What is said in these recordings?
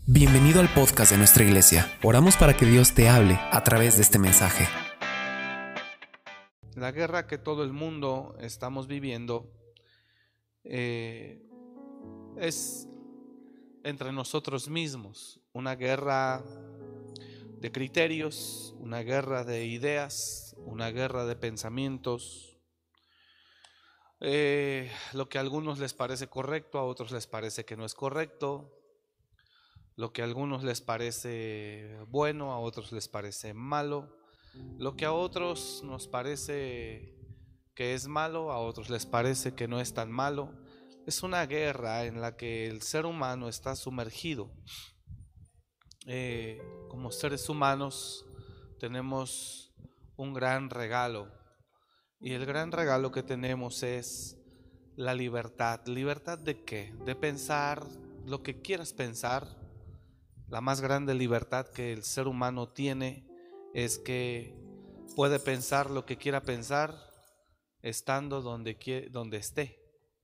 Bienvenido al podcast de nuestra iglesia. Oramos para que Dios te hable a través de este mensaje. La guerra que todo el mundo estamos viviendo es entre nosotros mismos, una guerra de criterios, una guerra de ideas, una guerra de pensamientos. Lo que a algunos les parece correcto, a otros les parece que no es correcto. Lo que a algunos les parece bueno, a otros les parece malo. Lo que a otros nos parece que es malo, a otros les parece que no es tan malo. Es una guerra en la que el ser humano está sumergido. Como seres humanos tenemos un gran regalo, y el gran regalo que tenemos es la libertad. ¿Libertad de qué? De pensar lo que quieras pensar. La más grande libertad que el ser humano tiene es que puede pensar lo que quiera pensar estando donde esté.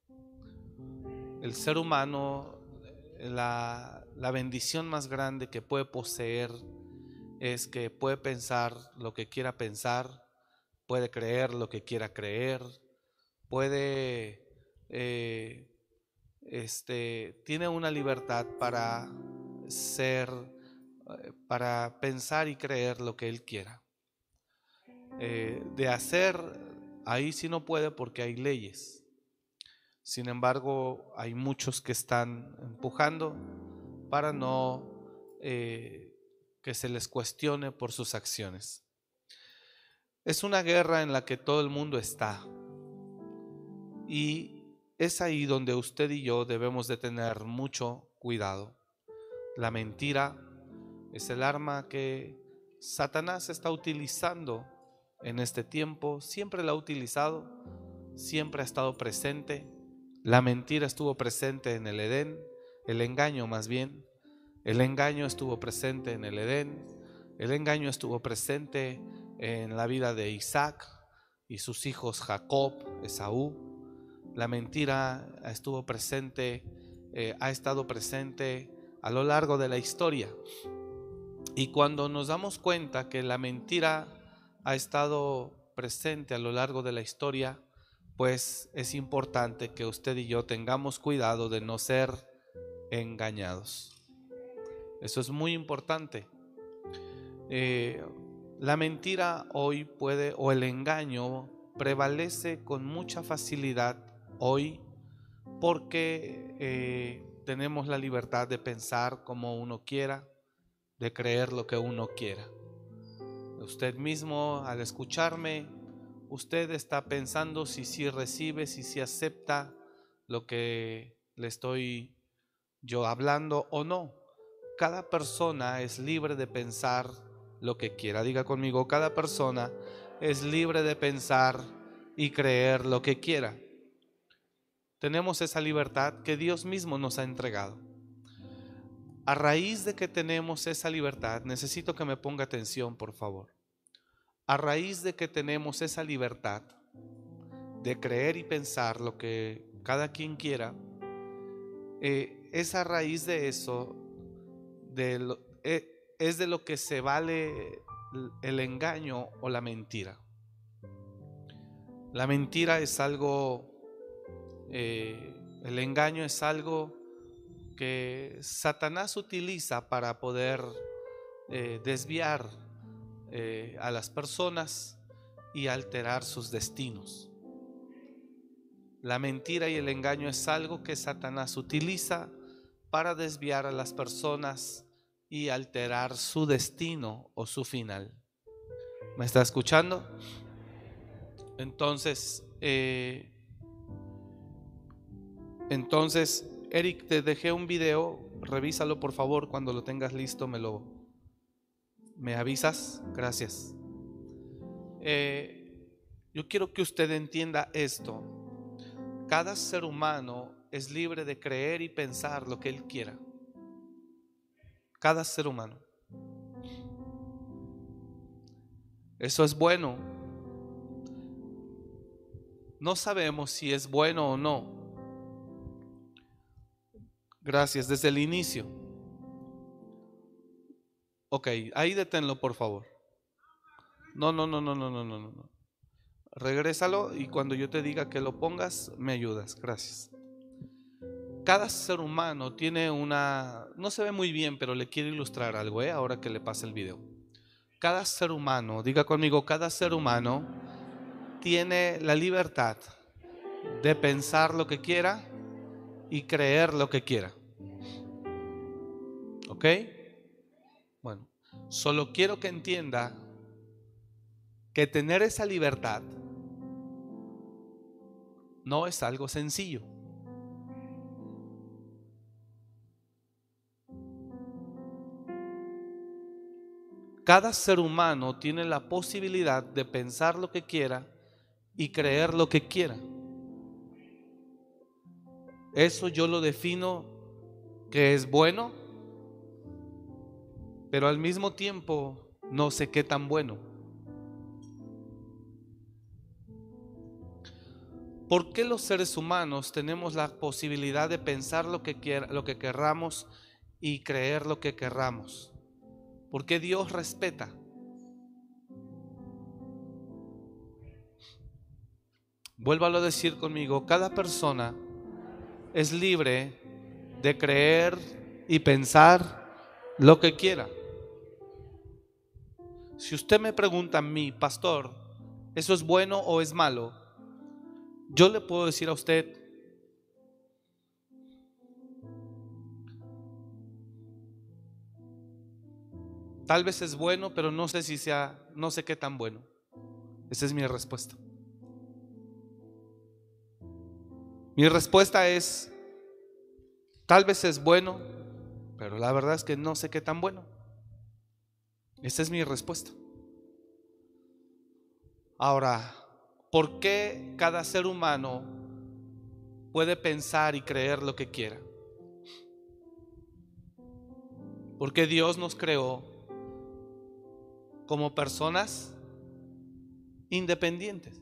El ser humano, la bendición más grande que puede poseer es que puede pensar lo que quiera pensar, puede creer lo que quiera creer, tiene una libertad para para pensar y creer lo que él quiera. De hacer, ahí sí no puede porque hay leyes. Sin embargo, hay muchos que están empujando para no que se les cuestione por sus acciones. Es una guerra en la que todo el mundo está, y es ahí donde usted y yo debemos de tener mucho cuidado. La mentira es el arma que Satanás está utilizando en este tiempo. Siempre la ha utilizado, siempre ha estado presente. La mentira estuvo presente en el Edén, el engaño más bien. El engaño estuvo presente en el Edén, el engaño estuvo presente en la vida de Isaac y sus hijos Jacob, Esaú. La mentira estuvo presente, ha estado presente a lo largo de la historia. Y cuando nos damos cuenta que la mentira ha estado presente a lo largo de la historia, pues es importante que usted y yo tengamos cuidado de no ser engañados. Eso es muy importante. La mentira hoy puede, o el engaño prevalece con mucha facilidad hoy, porque tenemos la libertad de pensar como uno quiera, de creer lo que uno quiera. Usted mismo, al escucharme, usted está pensando si sí recibe, si sí acepta lo que le estoy yo hablando o no. Cada persona es libre de pensar lo que quiera. Diga conmigo, cada persona es libre de pensar y creer lo que quiera. Tenemos esa libertad que Dios mismo nos ha entregado. A raíz de que tenemos esa libertad, necesito que me ponga atención, por favor. A raíz de que tenemos esa libertad de creer y pensar lo que cada quien quiera, es a raíz de eso, es de lo que se vale el engaño o la mentira. La mentira es algo, el engaño es algo que Satanás utiliza para poder desviar a las personas y alterar sus destinos. La mentira y el engaño es algo que Satanás utiliza para desviar a las personas y alterar su destino o su final. ¿Me está escuchando? Entonces, Eric, te dejé un video, revísalo por favor. Cuando lo tengas listo me avisas. Gracias. Yo quiero que usted entienda esto. Cada ser humano es libre de creer y pensar lo que él quiera. Cada ser humano. Eso es bueno. No sabemos si es bueno o no. Gracias, desde el inicio. Ok, ahí deténlo, por favor. No. Regrésalo y cuando yo te diga que lo pongas, me ayudas. Gracias. Cada ser humano tiene una... No se ve muy bien, pero le quiero ilustrar algo, ahora que le pase el video. Cada ser humano, diga conmigo, cada ser humano tiene la libertad de pensar lo que quiera y creer lo que quiera. ¿Ok? Bueno, solo quiero que entienda que tener esa libertad no es algo sencillo. Cada ser humano tiene la posibilidad de pensar lo que quiera y creer lo que quiera. Eso yo lo defino que es bueno, pero al mismo tiempo no sé qué tan bueno. ¿Por qué los seres humanos tenemos la posibilidad de pensar lo que querramos y creer lo que querramos? ¿Por qué Dios respeta? Vuélvalo a decir conmigo, cada persona es libre de creer y pensar lo que quiera. Si usted me pregunta a mí, pastor, ¿eso es bueno o es malo? Yo le puedo decir a usted, tal vez es bueno, pero no sé si sea, no sé qué tan bueno. Esa es mi respuesta. Mi respuesta es, tal vez es bueno, pero la verdad es que no sé qué tan bueno. Esa es mi respuesta. Ahora, ¿por qué cada ser humano puede pensar y creer lo que quiera? Porque Dios nos creó como personas independientes.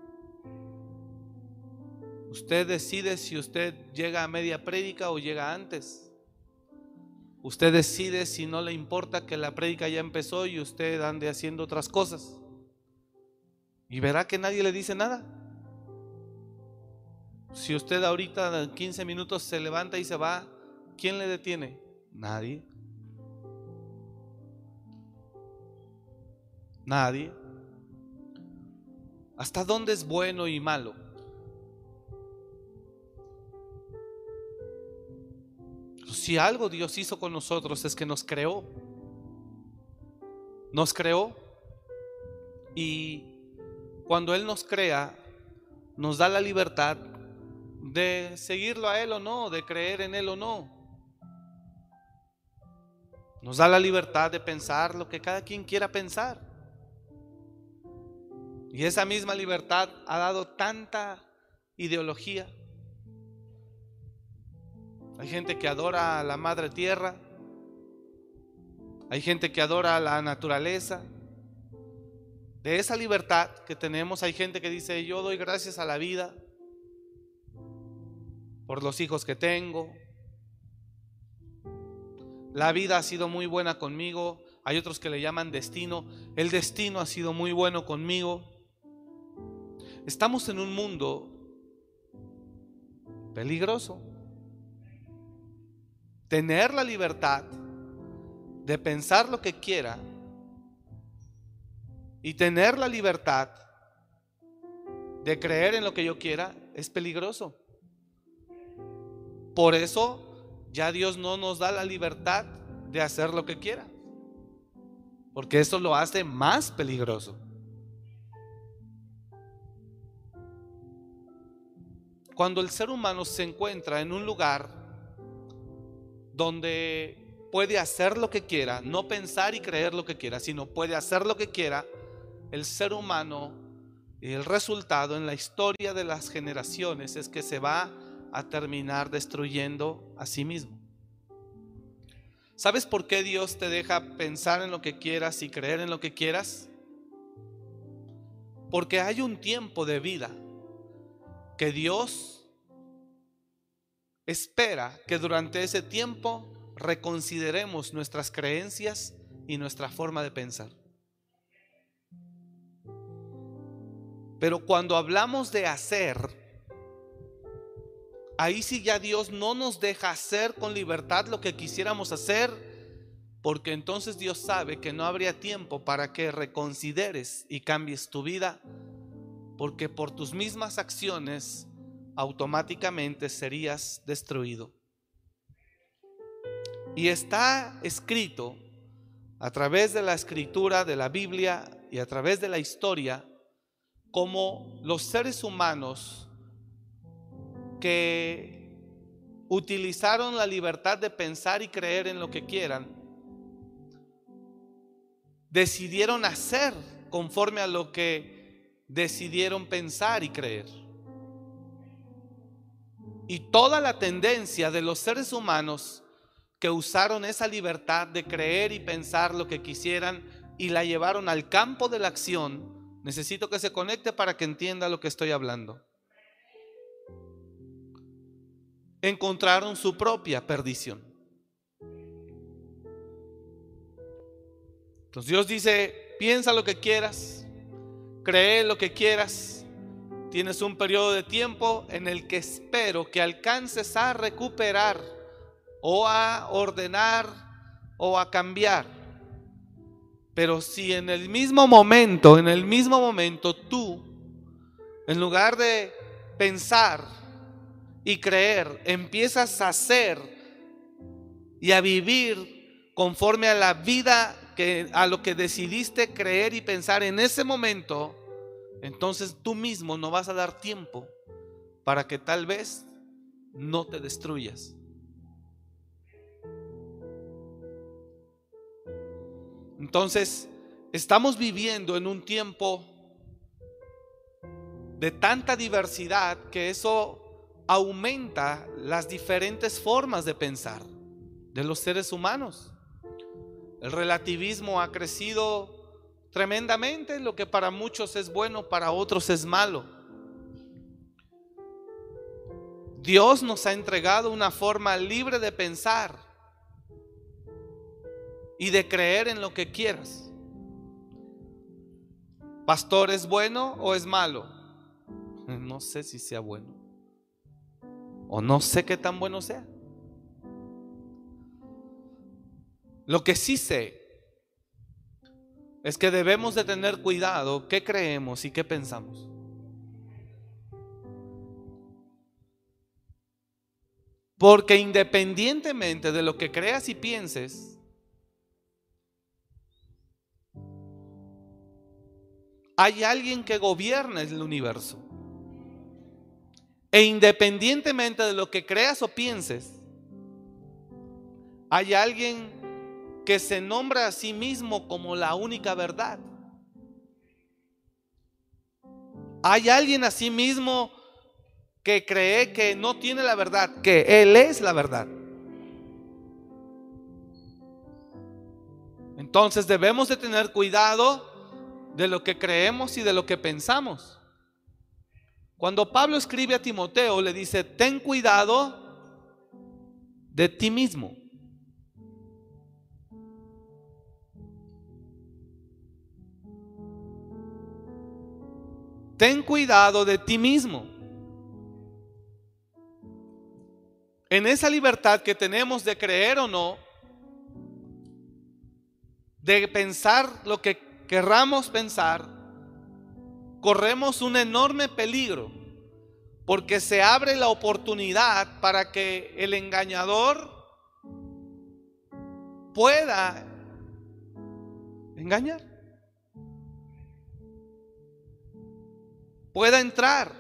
Usted decide si usted llega a media prédica o llega antes. Usted decide si no le importa que la prédica ya empezó y usted ande haciendo otras cosas. Y verá que nadie le dice nada. Si usted ahorita en 15 minutos se levanta y se va, ¿quién le detiene? Nadie. Nadie. ¿Hasta dónde es bueno y malo? Si algo Dios hizo con nosotros es que nos creó. Nos creó y cuando Él nos crea, nos da la libertad de seguirlo a Él o no, de creer en Él o no. Nos da la libertad de pensar lo que cada quien quiera pensar. Y esa misma libertad ha dado tanta ideología. Hay gente que adora a la madre tierra. Hay gente que adora a la naturaleza. De esa libertad que tenemos, hay gente que dice, yo doy gracias a la vida por los hijos que tengo. La vida ha sido muy buena conmigo. Hay otros que le llaman destino. El destino ha sido muy bueno conmigo. Estamos en un mundo peligroso. Tener la libertad de pensar lo que quiera y tener la libertad de creer en lo que yo quiera es peligroso. Por eso ya Dios no nos da la libertad de hacer lo que quiera, porque eso lo hace más peligroso. Cuando el ser humano se encuentra en un lugar donde puede hacer lo que quiera, no pensar y creer lo que quiera, sino puede hacer lo que quiera, el ser humano, el resultado en la historia de las generaciones es que se va a terminar destruyendo a sí mismo. ¿Sabes por qué Dios te deja pensar en lo que quieras y creer en lo que quieras? Porque hay un tiempo de vida que Dios espera que durante ese tiempo reconsideremos nuestras creencias y nuestra forma de pensar. Pero cuando hablamos de hacer, ahí sí ya Dios no nos deja hacer con libertad lo que quisiéramos hacer, porque entonces Dios sabe que no habría tiempo para que reconsideres y cambies tu vida, porque por tus mismas acciones automáticamente serías destruido. Y está escrito a través de la escritura de la Biblia y a través de la historia, como los seres humanos que utilizaron la libertad de pensar y creer en lo que quieran, decidieron hacer conforme a lo que decidieron pensar y creer. Y toda la tendencia de los seres humanos que usaron esa libertad de creer y pensar lo que quisieran y la llevaron al campo de la acción, necesito que se conecte para que entienda lo que estoy hablando. Encontraron su propia perdición. Entonces Dios dice: piensa lo que quieras, cree lo que quieras, tienes un periodo de tiempo en el que espero que alcances a recuperar o a ordenar o a cambiar. Pero si en el mismo momento tú, en lugar de pensar y creer, empiezas a hacer y a vivir conforme a la vida a lo que decidiste creer y pensar en ese momento, entonces tú mismo no vas a dar tiempo para que tal vez no te destruyas. Entonces, estamos viviendo en un tiempo de tanta diversidad que eso aumenta las diferentes formas de pensar de los seres humanos. El relativismo ha crecido tremendamente. Lo que para muchos es bueno, para otros es malo. Dios nos ha entregado una forma libre de pensar y de creer en lo que quieras. Pastor, ¿es bueno o es malo? No sé si sea bueno, o no sé qué tan bueno sea. Lo que sí sé es que debemos de tener cuidado qué creemos y qué pensamos. Porque independientemente de lo que creas y pienses, hay alguien que gobierna el universo. E independientemente de lo que creas o pienses, hay alguien que se nombra a sí mismo como la única verdad. Hay alguien a sí mismo que cree que no tiene la verdad, que Él es la verdad. Entonces debemos de tener cuidado de lo que creemos y de lo que pensamos. Cuando Pablo escribe a Timoteo, le dice: ten cuidado de ti mismo. Ten cuidado de ti mismo. En esa libertad que tenemos de creer o no, de pensar lo que querramos pensar, corremos un enorme peligro, porque se abre la oportunidad para que el engañador pueda engañar, pueda entrar.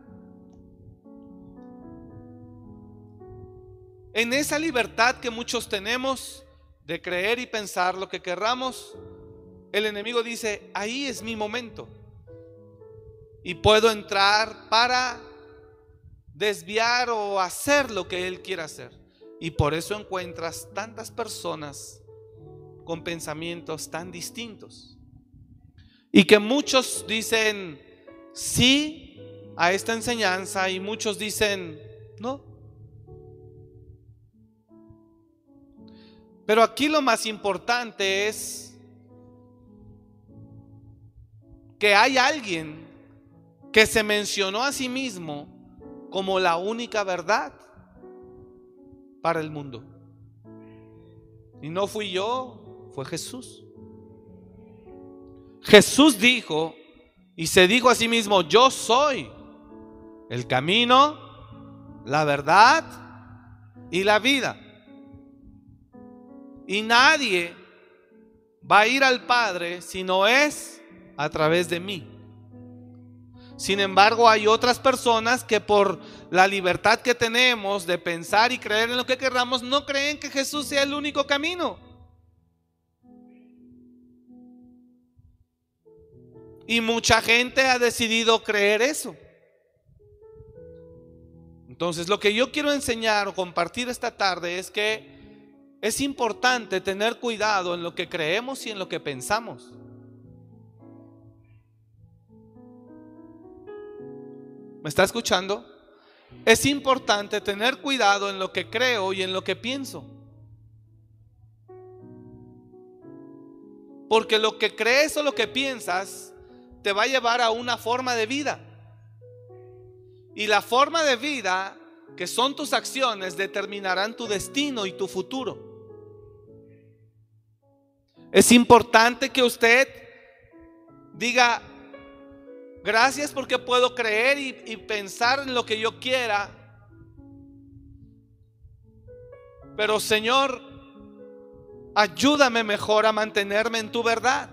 En esa libertad que muchos tenemos de creer y pensar lo que querramos, el enemigo dice: ahí es mi momento y puedo entrar para desviar o hacer lo que él quiera hacer. Y por eso encuentras tantas personas con pensamientos tan distintos, y que muchos dicen sí a esta enseñanza y muchos dicen no. Pero aquí lo más importante es que hay alguien que se mencionó a sí mismo como la única verdad para el mundo. Y no fui yo, fue Jesús. Jesús dijo y se dijo a sí mismo: yo soy el camino, la verdad y la vida. Y nadie va a ir al Padre si no es a través de mí. Sin embargo, hay otras personas que por la libertad que tenemos de pensar y creer en lo que queramos, no creen que Jesús sea el único camino. Y mucha gente ha decidido creer eso. Entonces, lo que yo quiero enseñar o compartir esta tarde es que es importante tener cuidado en lo que creemos y en lo que pensamos. ¿Me está escuchando? Es importante tener cuidado en lo que creo y en lo que pienso. Porque lo que crees o lo que piensas te va a llevar a una forma de vida. Y la forma de vida, que son tus acciones, determinarán tu destino y tu futuro. Es importante que usted diga: gracias porque puedo creer y pensar en lo que yo quiera. Pero Señor, ayúdame mejor a mantenerme en tu verdad.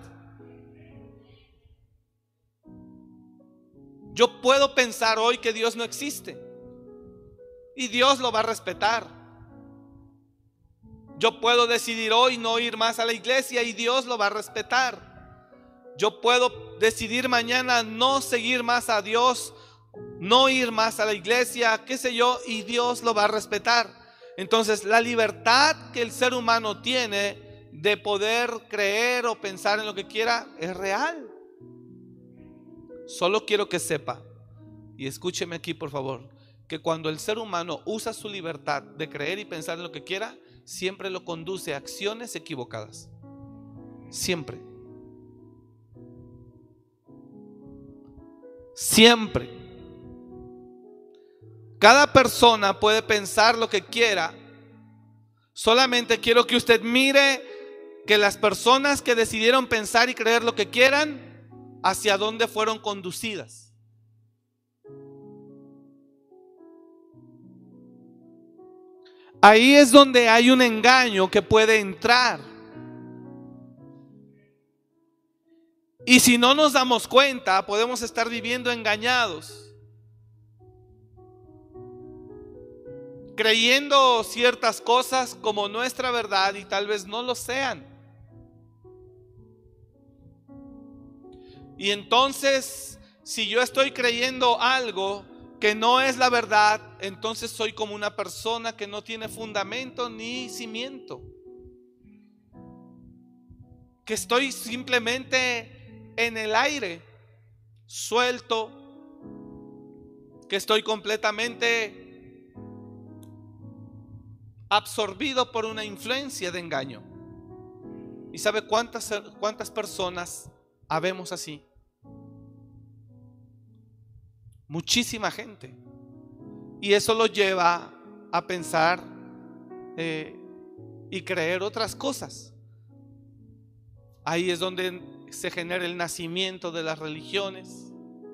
Yo puedo pensar hoy que Dios no existe y Dios lo va a respetar. Yo puedo decidir hoy no ir más a la iglesia y Dios lo va a respetar. Yo puedo decidir mañana no seguir más a Dios, no ir más a la iglesia, qué sé yo, y Dios lo va a respetar. Entonces, la libertad que el ser humano tiene de poder creer o pensar en lo que quiera es real. Solo quiero que sepa, y escúcheme aquí por favor, que cuando el ser humano usa su libertad de creer y pensar en lo que quiera, siempre lo conduce a acciones equivocadas. Siempre. Siempre. Cada persona puede pensar lo que quiera. Solamente quiero que usted mire que las personas que decidieron pensar y creer lo que quieran, hacia dónde fueron conducidas. Ahí es donde hay un engaño que puede entrar. Y si no nos damos cuenta, podemos estar viviendo engañados, creyendo ciertas cosas como nuestra verdad y tal vez no lo sean. Y entonces, si yo estoy creyendo algo que no es la verdad, entonces soy como una persona que no tiene fundamento ni cimiento, que estoy simplemente en el aire, suelto, que estoy completamente absorbido por una influencia de engaño. ¿Y sabe cuántas personas habemos así? Muchísima gente. Y eso lo lleva a pensar y creer otras cosas. Ahí es donde se genera el nacimiento de las religiones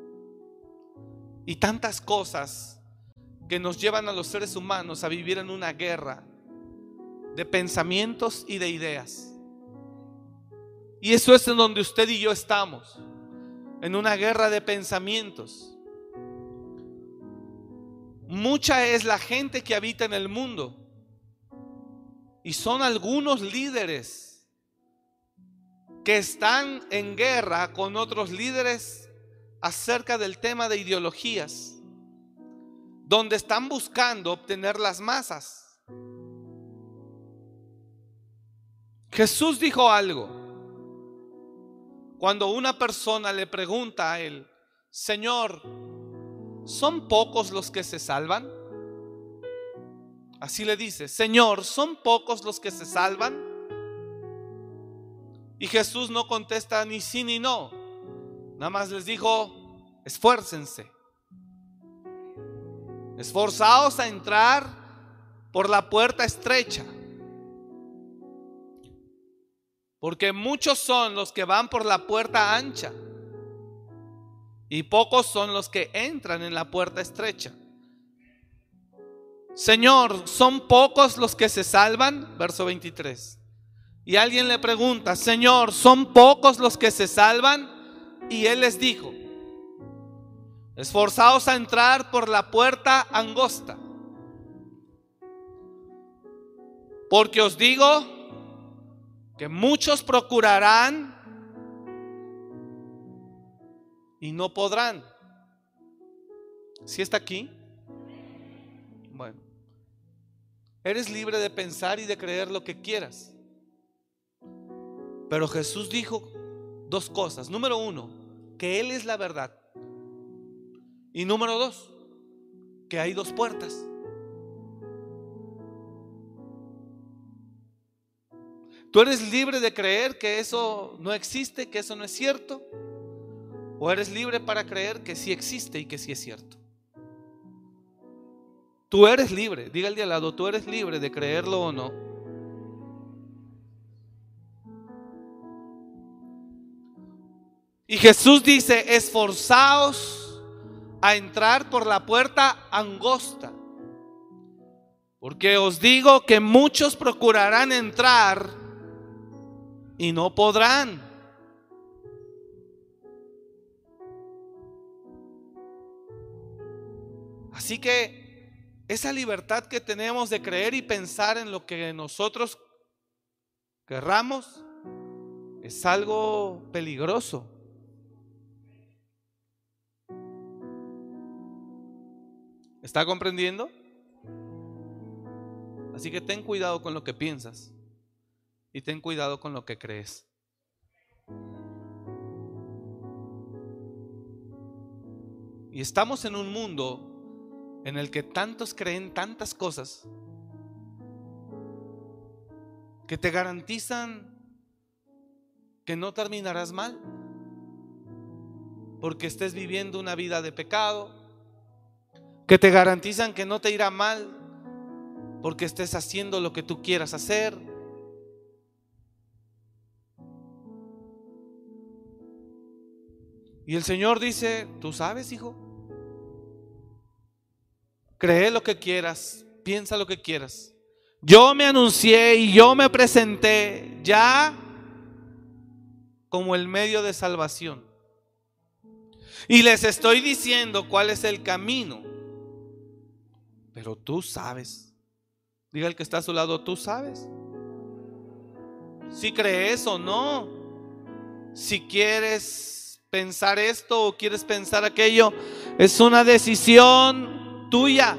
y tantas cosas que nos llevan a los seres humanos a vivir en una guerra de pensamientos y de ideas. Y eso es en donde usted y yo estamos, en una guerra de pensamientos. Mucha es la gente que habita en el mundo y son algunos líderes que están en guerra con otros líderes acerca del tema de ideologías, donde están buscando obtener las masas. Jesús dijo algo cuando una persona le pregunta a él: Señor, ¿son pocos los que se salvan? Así le dice: Señor, ¿son pocos los que se salvan? Y Jesús no contesta ni sí ni no. Nada más les dijo: esfuércense. Esforzaos a entrar por la puerta estrecha. Porque muchos son los que van por la puerta ancha y pocos son los que entran en la puerta estrecha. Señor, ¿son pocos los que se salvan? Verso 23. Y alguien le pregunta: Señor, ¿son pocos los que se salvan? Y Él les dijo: esforzaos a entrar por la puerta angosta. Porque os digo que muchos procurarán y no podrán. ¿Sí está aquí? Bueno, eres libre de pensar y de creer lo que quieras. Pero Jesús dijo dos cosas. Número uno, que Él es la verdad. Y número dos, que hay dos puertas. ¿Tú eres libre de creer que eso no existe, que eso no es cierto? ¿O eres libre para creer que sí existe y que sí es cierto? Tú eres libre. Diga al de al lado: tú eres libre de creerlo o no. Y Jesús dice: esforzaos a entrar por la puerta angosta, porque os digo que muchos procurarán entrar y no podrán. Así que esa libertad que tenemos de creer y pensar en lo que nosotros querramos es algo peligroso. ¿Está comprendiendo? Así que ten cuidado con lo que piensas y ten cuidado con lo que crees. Y estamos en un mundo en el que tantos creen tantas cosas que te garantizan que no terminarás mal porque estés viviendo una vida de pecado, que te garantizan que no te irá mal porque estés haciendo lo que tú quieras hacer. Y el Señor dice: tú sabes, hijo, cree lo que quieras, piensa lo que quieras. Yo me anuncié y yo me presenté ya como el medio de salvación. Y les estoy diciendo cuál es el camino. Pero tú sabes. Diga al que está a su lado: tú sabes si crees o no, si quieres pensar esto o quieres pensar aquello. Es una decisión tuya.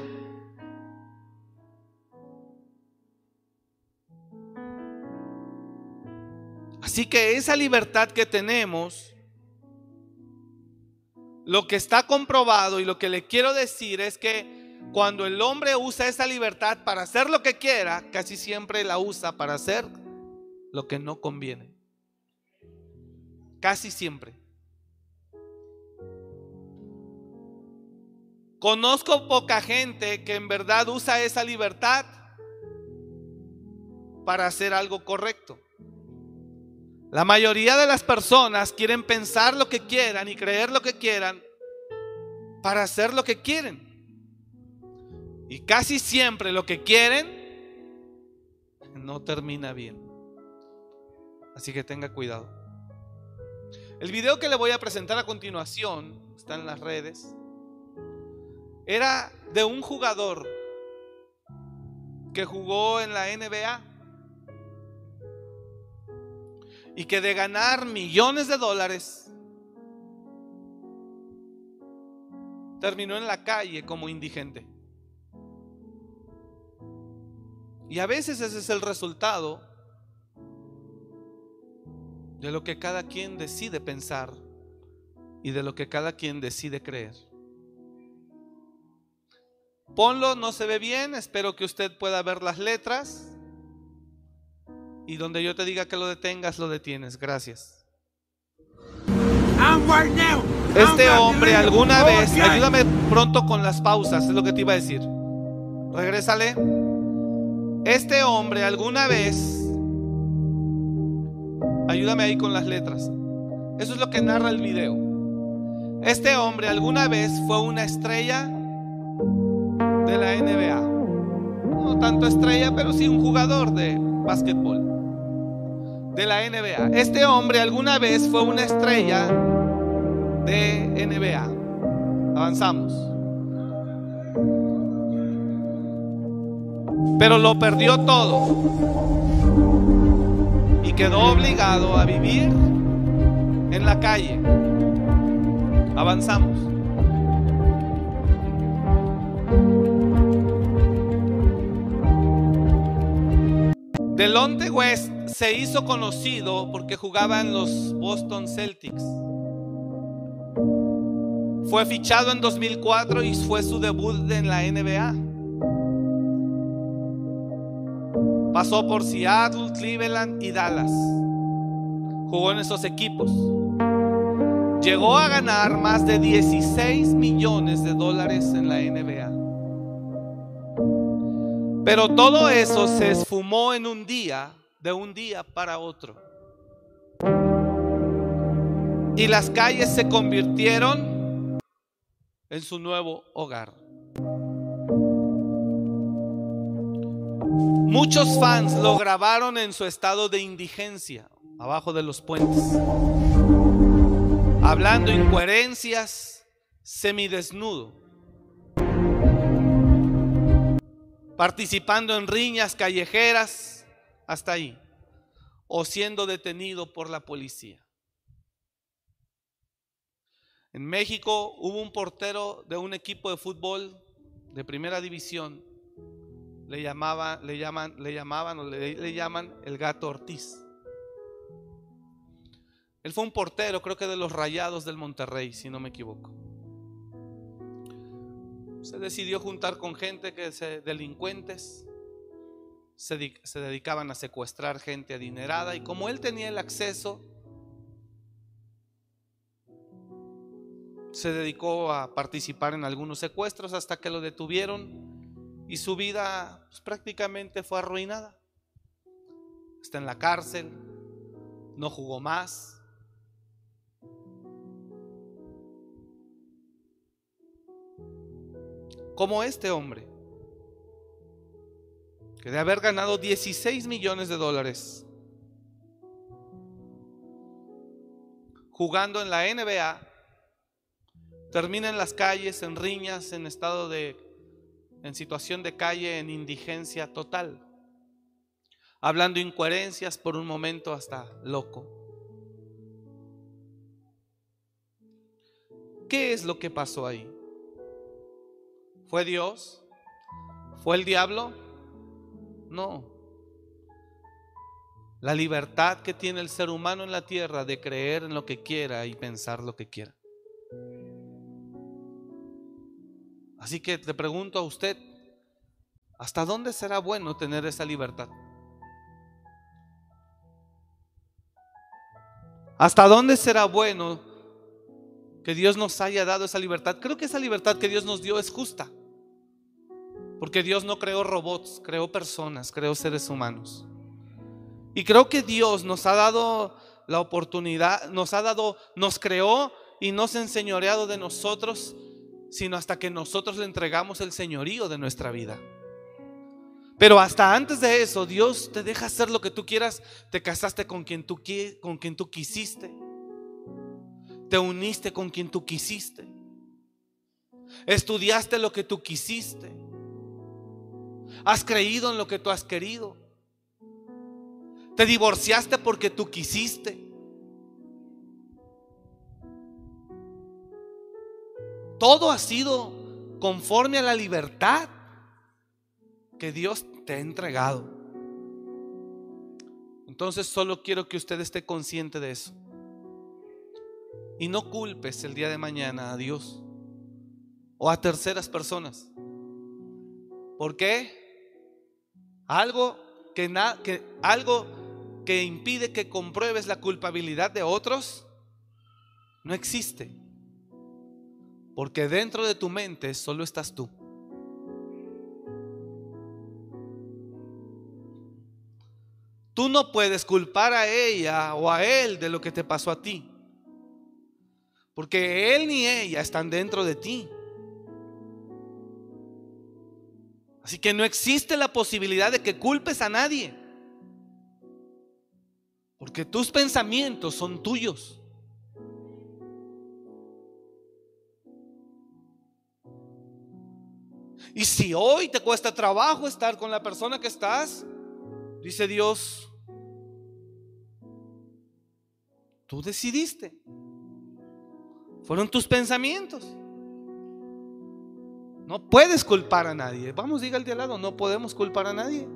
Así que esa libertad que tenemos, lo que está comprobado y lo que le quiero decir es que cuando el hombre usa esa libertad para hacer lo que quiera, casi siempre la usa para hacer lo que no conviene. Casi siempre. Conozco poca gente que en verdad usa esa libertad para hacer algo correcto. La mayoría de las personas quieren pensar lo que quieran y creer lo que quieran para hacer lo que quieren. Y casi siempre lo que quieren no termina bien. Así que tenga cuidado. El video que le voy a presentar a continuación está en las redes. Era de un jugador que jugó en la NBA y que de ganar millones de dólares terminó en la calle como indigente. Y a veces ese es el resultado de lo que cada quien decide pensar y de lo que cada quien decide creer. Ponlo, no se ve bien, espero que usted pueda ver las letras Y donde yo te diga que lo detengas, lo detienes. Gracias. Este hombre alguna vez, ayúdame pronto con las pausas, es lo que te iba a decir. Regrésale. Este hombre alguna vez, ayúdame ahí con las letras. Eso es lo que narra el video. Este hombre alguna vez fue una estrella de la NBA. No tanto estrella, pero sí un jugador de básquetbol de la NBA. Este hombre alguna vez fue una estrella de NBA. Avanzamos. Pero lo perdió todo y quedó obligado a vivir en la calle. Avanzamos. Delonte West se hizo conocido porque jugaba en los Boston Celtics. Fue fichado en 2004 y fue su debut en la NBA. Pasó por Seattle, Cleveland y Dallas. Jugó en esos equipos. Llegó a ganar más de 16 millones de dólares en la NBA. Pero todo eso se esfumó en un día, de un día para otro. Y las calles se convirtieron en su nuevo hogar. Muchos fans lo grabaron en su estado de indigencia, abajo de los puentes, hablando incoherencias, semidesnudo, participando en riñas callejeras, hasta ahí, o siendo detenido por la policía. En México hubo un portero de un equipo de fútbol de primera división. Le llaman el Gato Ortiz. Él fue un portero, creo que de los Rayados del Monterrey, si no me equivoco. Se decidió juntar con gente delincuentes, se dedicaban a secuestrar gente adinerada, y como él tenía el acceso, se dedicó a participar en algunos secuestros hasta que lo detuvieron y su vida pues, prácticamente fue arruinada. Está en la cárcel, no jugó más. Como este hombre, que de haber ganado 16 millones de dólares jugando en la NBA, termina en las calles, en riñas, en situación de calle, en indigencia total, hablando incoherencias, por un momento hasta loco. ¿Qué es lo que pasó ahí? ¿Fue Dios? ¿Fue el diablo? No. La libertad que tiene el ser humano en la tierra de creer en lo que quiera y pensar lo que quiera. Así que te pregunto a usted, ¿hasta dónde será bueno tener esa libertad? ¿Hasta dónde será bueno que Dios nos haya dado esa libertad? Creo que esa libertad que Dios nos dio es justa, porque Dios no creó robots, creó personas, creó seres humanos. Y creo que Dios nos ha dado la oportunidad, nos creó y no se ha enseñoreado de nosotros, sino hasta que nosotros le entregamos el señorío de nuestra vida. Pero hasta antes de eso, Dios te deja hacer lo que tú quieras. Te casaste con quien tú quisiste, te uniste con quien tú quisiste, estudiaste lo que tú quisiste, has creído en lo que tú has querido, te divorciaste porque tú quisiste. Todo ha sido conforme a la libertad que Dios te ha entregado. Entonces solo quiero que usted esté consciente de eso y no culpes el día de mañana a Dios o a terceras personas. ¿Por qué? Algo que impide que compruebes la culpabilidad de otros no existe. Porque dentro de tu mente solo estás tú. Tú no puedes culpar a ella o a él de lo que te pasó a ti, porque él ni ella están dentro de ti. Así que no existe la posibilidad de que culpes a nadie, porque tus pensamientos son tuyos. Y si hoy te cuesta trabajo estar con la persona que estás, dice Dios, tú decidiste. Fueron tus pensamientos. No puedes culpar a nadie. Vamos, diga al de al lado, no podemos culpar a nadie.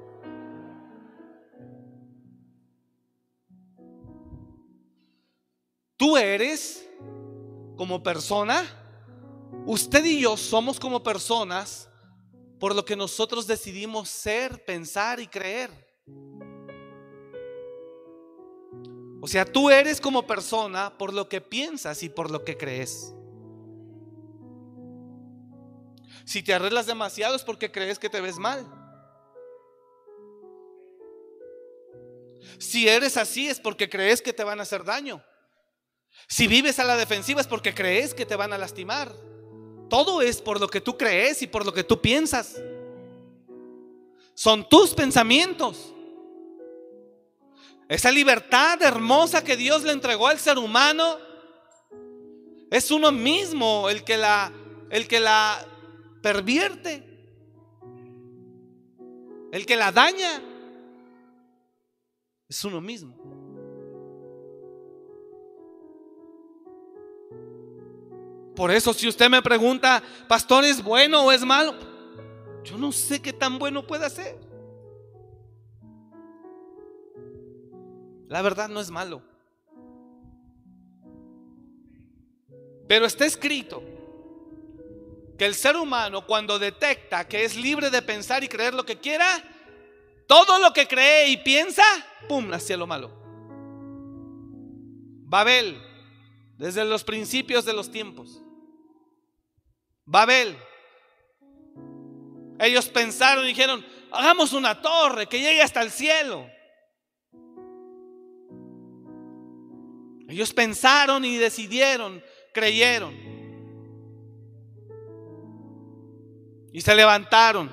Tú eres como persona, usted y yo somos como personas por lo que nosotros decidimos ser, pensar y creer. O sea, tú eres como persona por lo que piensas y por lo que crees. Si te arreglas demasiado es porque crees que te ves mal. Si eres así es porque crees que te van a hacer daño. Si vives a la defensiva es porque crees que te van a lastimar. Todo es por lo que tú crees y por lo que tú piensas. Son tus pensamientos. Esa libertad hermosa que Dios le entregó al ser humano, es uno mismo el que la pervierte, el que la daña. Es uno mismo. Por eso, si usted me pregunta, pastor, ¿es bueno o es malo? Yo no sé qué tan bueno puede ser. La verdad no es malo. Pero está escrito que el ser humano, cuando detecta que es libre de pensar y creer lo que quiera, todo lo que cree y piensa, pum, hacia lo malo. Babel, desde los principios de los tiempos. Babel. Ellos pensaron y dijeron, hagamos una torre que llegue hasta el cielo. Ellos pensaron y decidieron, creyeron. Y se levantaron.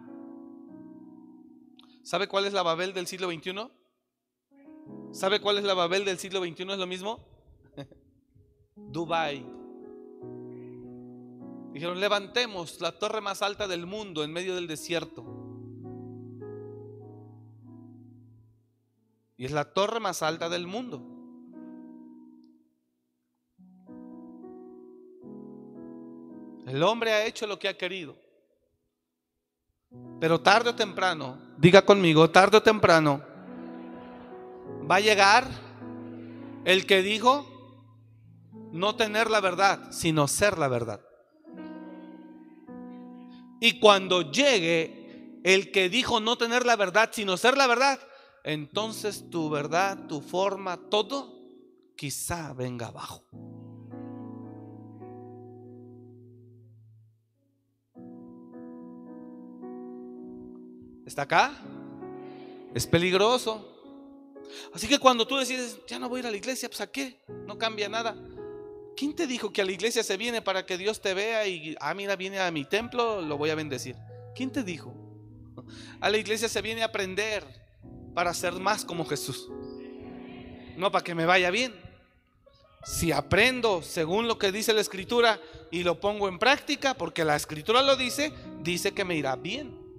¿Sabe cuál es la Babel del siglo XXI? ¿Sabe cuál es la Babel del siglo XXI? ¿Es lo mismo? Dubái. Dijeron, levantemos la torre más alta del mundo en medio del desierto. Y es la torre más alta del mundo. El hombre ha hecho lo que ha querido. Pero tarde o temprano, diga conmigo, tarde o temprano, va a llegar el que dijo no tener la verdad, sino ser la verdad. Y cuando llegue el que dijo no tener la verdad, sino ser la verdad, entonces tu verdad, tu forma, todo quizá venga abajo. ¿Está acá? Es peligroso. Así que cuando tú decides, ya no voy a ir a la iglesia, pues ¿a qué? No cambia nada. ¿Quién te dijo que a la iglesia se viene para que Dios te vea y, mira, viene a mi templo, lo voy a bendecir? ¿Quién te dijo? A la iglesia se viene a aprender para ser más como Jesús, no para que me vaya bien. Si aprendo según lo que dice la escritura y lo pongo en práctica, porque la escritura lo dice, dice que me irá bien.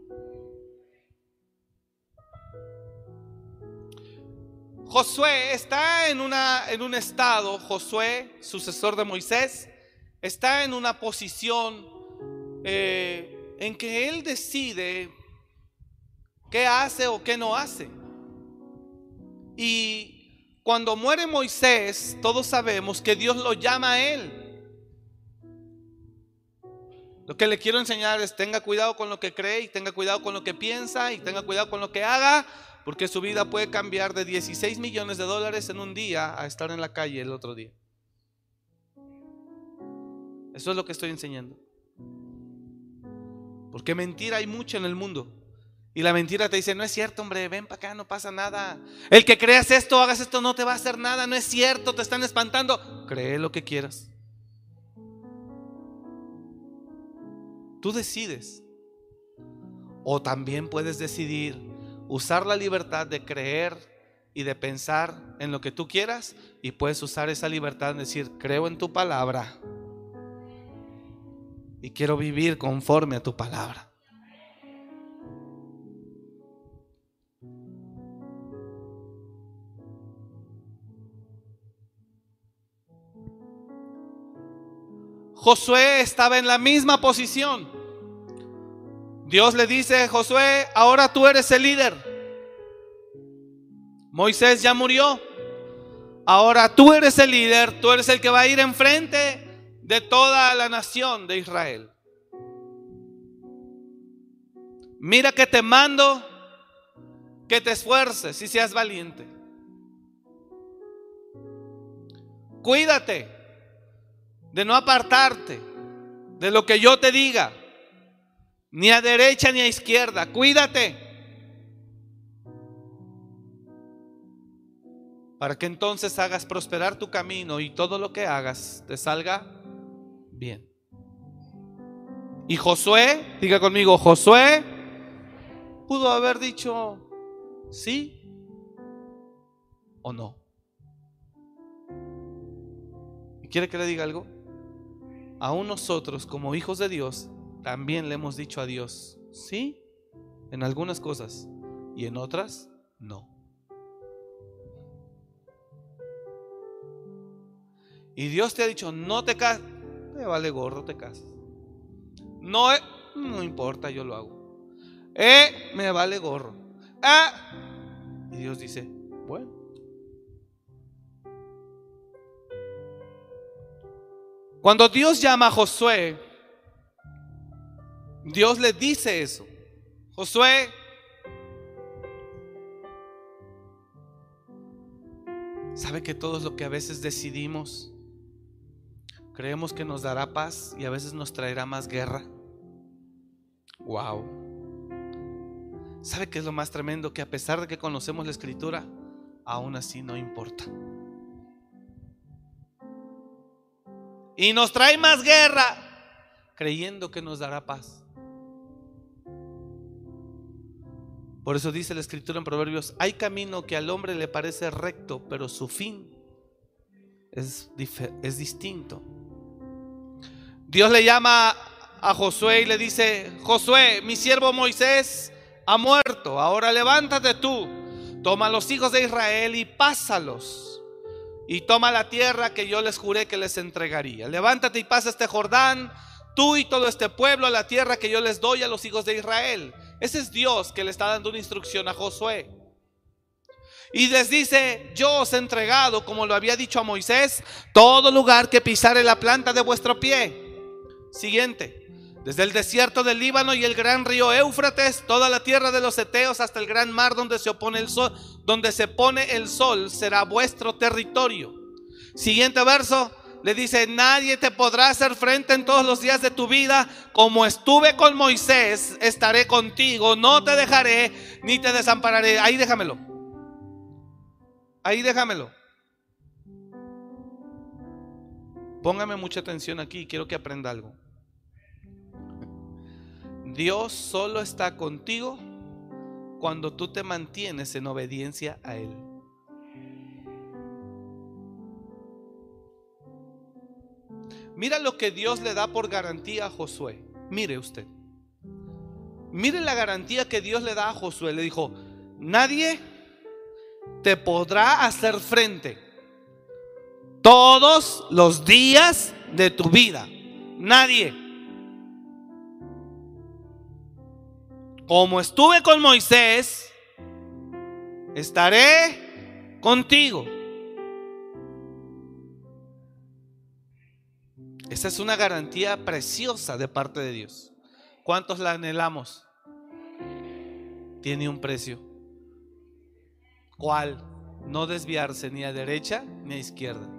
Josué está en un estado, Josué, sucesor de Moisés, está en una posición en que él decide qué hace o qué no hace. Y cuando muere Moisés, todos sabemos que Dios lo llama a él. Lo que le quiero enseñar es: tenga cuidado con lo que cree, y tenga cuidado con lo que piensa, y tenga cuidado con lo que haga, porque su vida puede cambiar de 16 millones de dólares en un día a estar en la calle el otro día. Eso es lo que estoy enseñando. Porque mentira hay mucho en el mundo. Y la mentira te dice: no es cierto, hombre, ven para acá, no pasa nada. El que creas esto, hagas esto, no te va a hacer nada. No es cierto, te están espantando. Cree lo que quieras. Tú decides. O también puedes decidir usar la libertad de creer y de pensar en lo que tú quieras, y puedes usar esa libertad de decir: creo en tu palabra y quiero vivir conforme a tu palabra. Josué estaba en la misma posición. Dios le dice: Josué, ahora tú eres el líder. Moisés ya murió. Ahora tú eres el líder, tú eres el que va a ir enfrente de toda la nación de Israel. Mira que te mando que te esfuerces y seas valiente. Cuídate de no apartarte de lo que yo te diga, ni a derecha ni a izquierda. Cuídate, para que entonces hagas prosperar tu camino y todo lo que hagas te salga bien. Y Josué, diga conmigo, Josué pudo haber dicho sí o no. ¿Y quiere que le diga algo? Aún nosotros, como hijos de Dios, también le hemos dicho a Dios sí en algunas cosas y en otras no. Y Dios te ha dicho: no te cases. Me vale gorro, te casas. No, no importa, yo lo hago. Me vale gorro. Y Dios dice: bueno. Cuando Dios llama a Josué, Dios le dice eso: Josué, ¿sabe que todo lo que a veces decidimos creemos que nos dará paz y a veces nos traerá más guerra? Wow. ¿Sabe qué es lo más tremendo? Que a pesar de que conocemos la escritura, aún así no importa. Y nos trae más guerra creyendo que nos dará paz. Por eso dice la escritura en Proverbios: hay camino que al hombre le parece recto, pero su fin es distinto. Dios le llama a Josué y le dice: Josué, mi siervo Moisés ha muerto. Ahora levántate tú, toma a los hijos de Israel y pásalos, y toma la tierra que yo les juré que les entregaría. Levántate y pasa este Jordán, tú y todo este pueblo, a la tierra que yo les doy a los hijos de Israel. Ese es Dios que le está dando una instrucción a Josué. Y les dice: yo os he entregado, como lo había dicho a Moisés, todo lugar que pisare la planta de vuestro pie. Siguiente: desde el desierto del Líbano y el gran río Éufrates, toda la tierra de los heteos hasta el gran mar donde se pone el sol será vuestro territorio. Siguiente verso, le dice: nadie te podrá hacer frente en todos los días de tu vida. Como estuve con Moisés, estaré contigo, no te dejaré ni te desampararé. Ahí déjamelo. Ahí déjamelo. Póngame mucha atención aquí, quiero que aprenda algo. Dios solo está contigo cuando tú te mantienes en obediencia a Él. Mira lo que Dios le da por garantía a Josué. Mire usted. Mire la garantía que Dios le da a Josué. Le dijo: nadie te podrá hacer frente todos los días de tu vida. Nadie. Como estuve con Moisés, estaré contigo. Esa es una garantía preciosa de parte de Dios. ¿Cuántos la anhelamos? Tiene un precio. ¿Cuál? No desviarse ni a derecha ni a izquierda.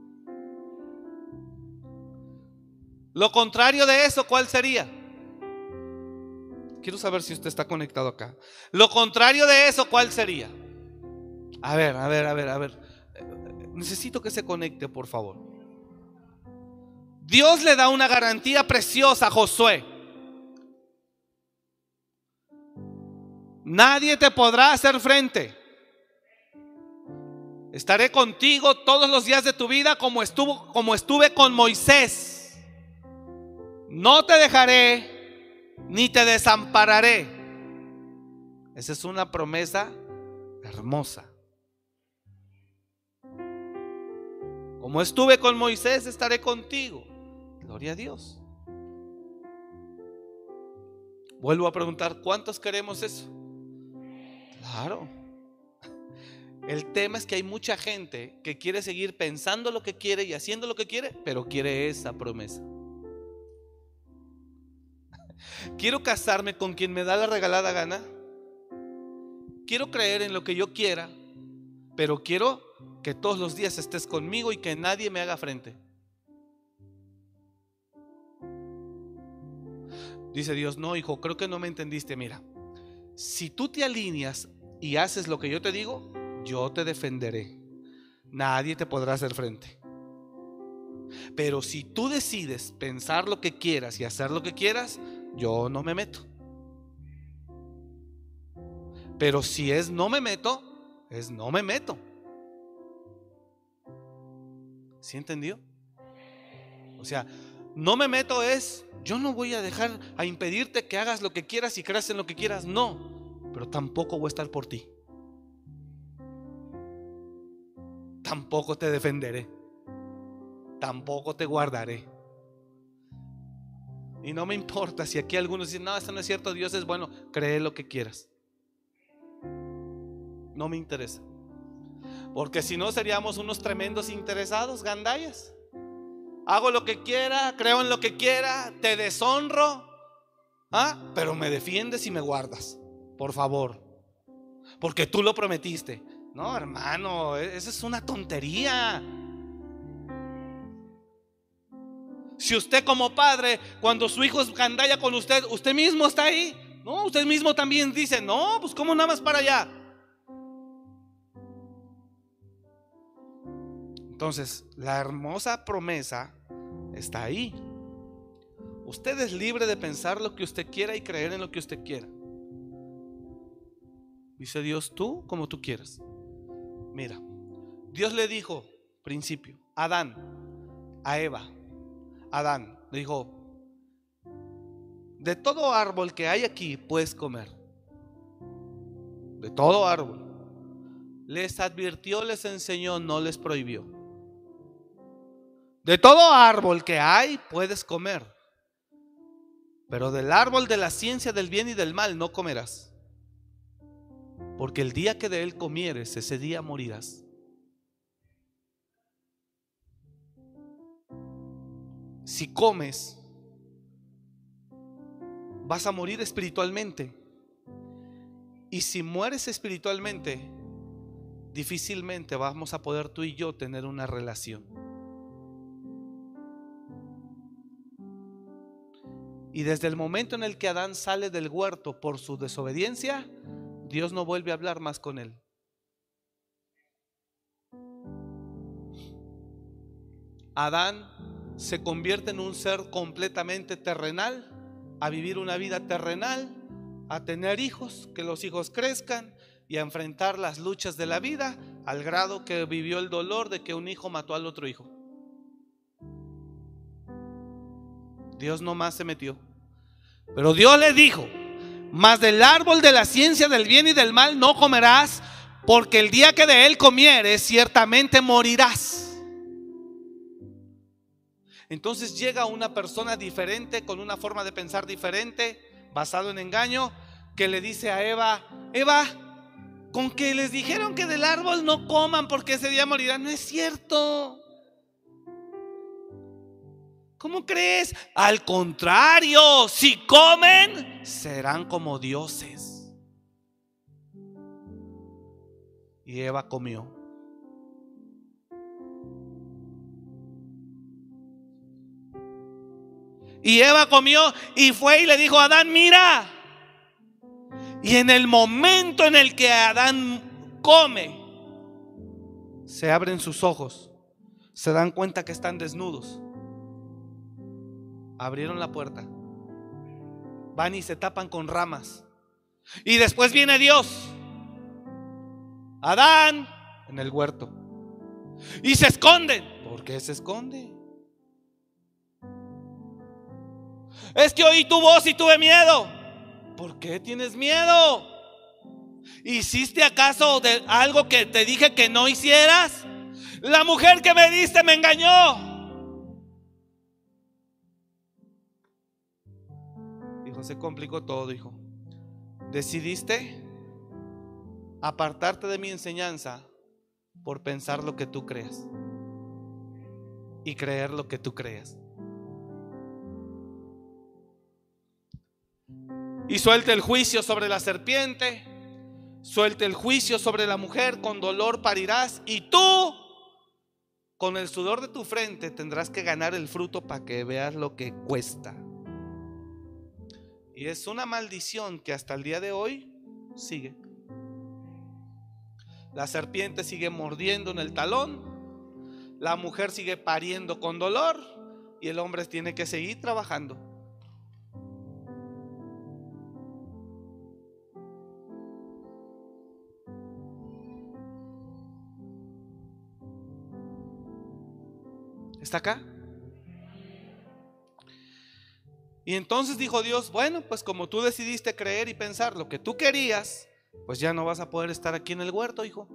Lo contrario de eso, ¿cuál sería? Quiero saber si usted está conectado acá. Lo contrario de eso, ¿cuál sería? A ver. Necesito que se conecte, por favor. Dios le da una garantía preciosa a Josué. Nadie te podrá hacer frente. Estaré contigo todos los días de tu vida como estuve con Moisés. No te dejaré ni te desampararé. Esa es una promesa hermosa. Como estuve con Moisés, estaré contigo. Gloria a Dios. Vuelvo a preguntar, ¿cuántos queremos eso? Claro. El tema es que hay mucha gente que quiere seguir pensando lo que quiere y haciendo lo que quiere, pero quiere esa promesa. Quiero casarme con quien me da la regalada gana. Quiero creer en lo que yo quiera, pero quiero que todos los días estés conmigo y que nadie me haga frente. Dice Dios, no, hijo, creo que no me entendiste. Mira, si tú te alineas y haces lo que yo te digo, yo te defenderé. Nadie te podrá hacer frente. Pero si tú decides pensar lo que quieras y hacer lo que quieras, yo no me meto. Pero si es no me meto, es no me meto. ¿Sí entendió? O sea, no me meto es, yo no voy a dejar a impedirte que hagas lo que quieras y creas en lo que quieras. No, pero tampoco voy a estar por ti. Tampoco te defenderé. Tampoco te guardaré. Y no me importa si aquí algunos dicen, no, esto no es cierto, Dios es bueno. Cree lo que quieras. No me interesa. Porque si no seríamos unos tremendos interesados, gandallas. Hago lo que quiera, creo en lo que quiera, te deshonro, pero me defiendes y me guardas, por favor, porque tú lo prometiste. No, hermano, esa es una tontería. Si usted como padre, cuando su hijo es gandalla con usted, usted mismo está ahí. No, usted mismo también dice, no, pues cómo nada más para allá. Entonces, la hermosa promesa está ahí. Usted es libre de pensar lo que usted quiera y creer en lo que usted quiera. Dice Dios, tú como tú quieras. Mira, Dios le dijo, principio, Adán, a Eva. Adán le dijo, de todo árbol que hay aquí puedes comer. De todo árbol. Les advirtió, les enseñó, no les prohibió. De todo árbol que hay puedes comer, pero del árbol de la ciencia del bien y del mal no comerás, porque el día que de él comieres, ese día morirás. Si comes, vas a morir espiritualmente. Y si mueres espiritualmente, difícilmente vamos a poder tú y yo tener una relación. Y desde el momento en el que Adán sale del huerto por su desobediencia, Dios no vuelve a hablar más con él. Adán se convierte en un ser completamente terrenal, a vivir una vida terrenal, a tener hijos, que los hijos crezcan y a enfrentar las luchas de la vida, al grado que vivió el dolor de que un hijo mató al otro hijo. Dios no más se metió. Pero Dios le dijo, mas del árbol de la ciencia del bien y del mal no comerás, porque el día que de él comieres ciertamente morirás. Entonces llega una persona diferente, con una forma de pensar diferente, basado en engaño, que le dice a Eva, Eva, con que les dijeron que del árbol no coman porque ese día morirán, no es cierto. ¿Cómo crees? Al contrario, si comen, serán como dioses. y Eva comió. Y Eva comió y fue y le dijo a Adán: mira. Y en el momento en el que Adán come, se abren sus ojos, se dan cuenta que están desnudos. Abrieron la puerta, van y se tapan con ramas. Y después viene Dios, Adán, en el huerto, y se esconden. ¿Por qué se esconde? Es que oí tu voz y tuve miedo. ¿Por qué tienes miedo? ¿Hiciste acaso de algo que te dije que no hicieras? La mujer que me diste me engañó. Hijo, se complicó todo, hijo. Decidiste apartarte de mi enseñanza por pensar lo que tú creas y creer lo que tú creas. Y suelte el juicio sobre la serpiente, suelte el juicio sobre la mujer. Con dolor parirás, y tú con el sudor de tu frente tendrás que ganar el fruto para que veas lo que cuesta. Y es una maldición que hasta el día de hoy sigue. La serpiente sigue mordiendo en el talón, la mujer sigue pariendo con dolor, y el hombre tiene que seguir trabajando. ¿Está acá? Y entonces dijo Dios: bueno, pues como tú decidiste creer y pensar lo que tú querías, pues ya no vas a poder estar aquí en el huerto, hijo.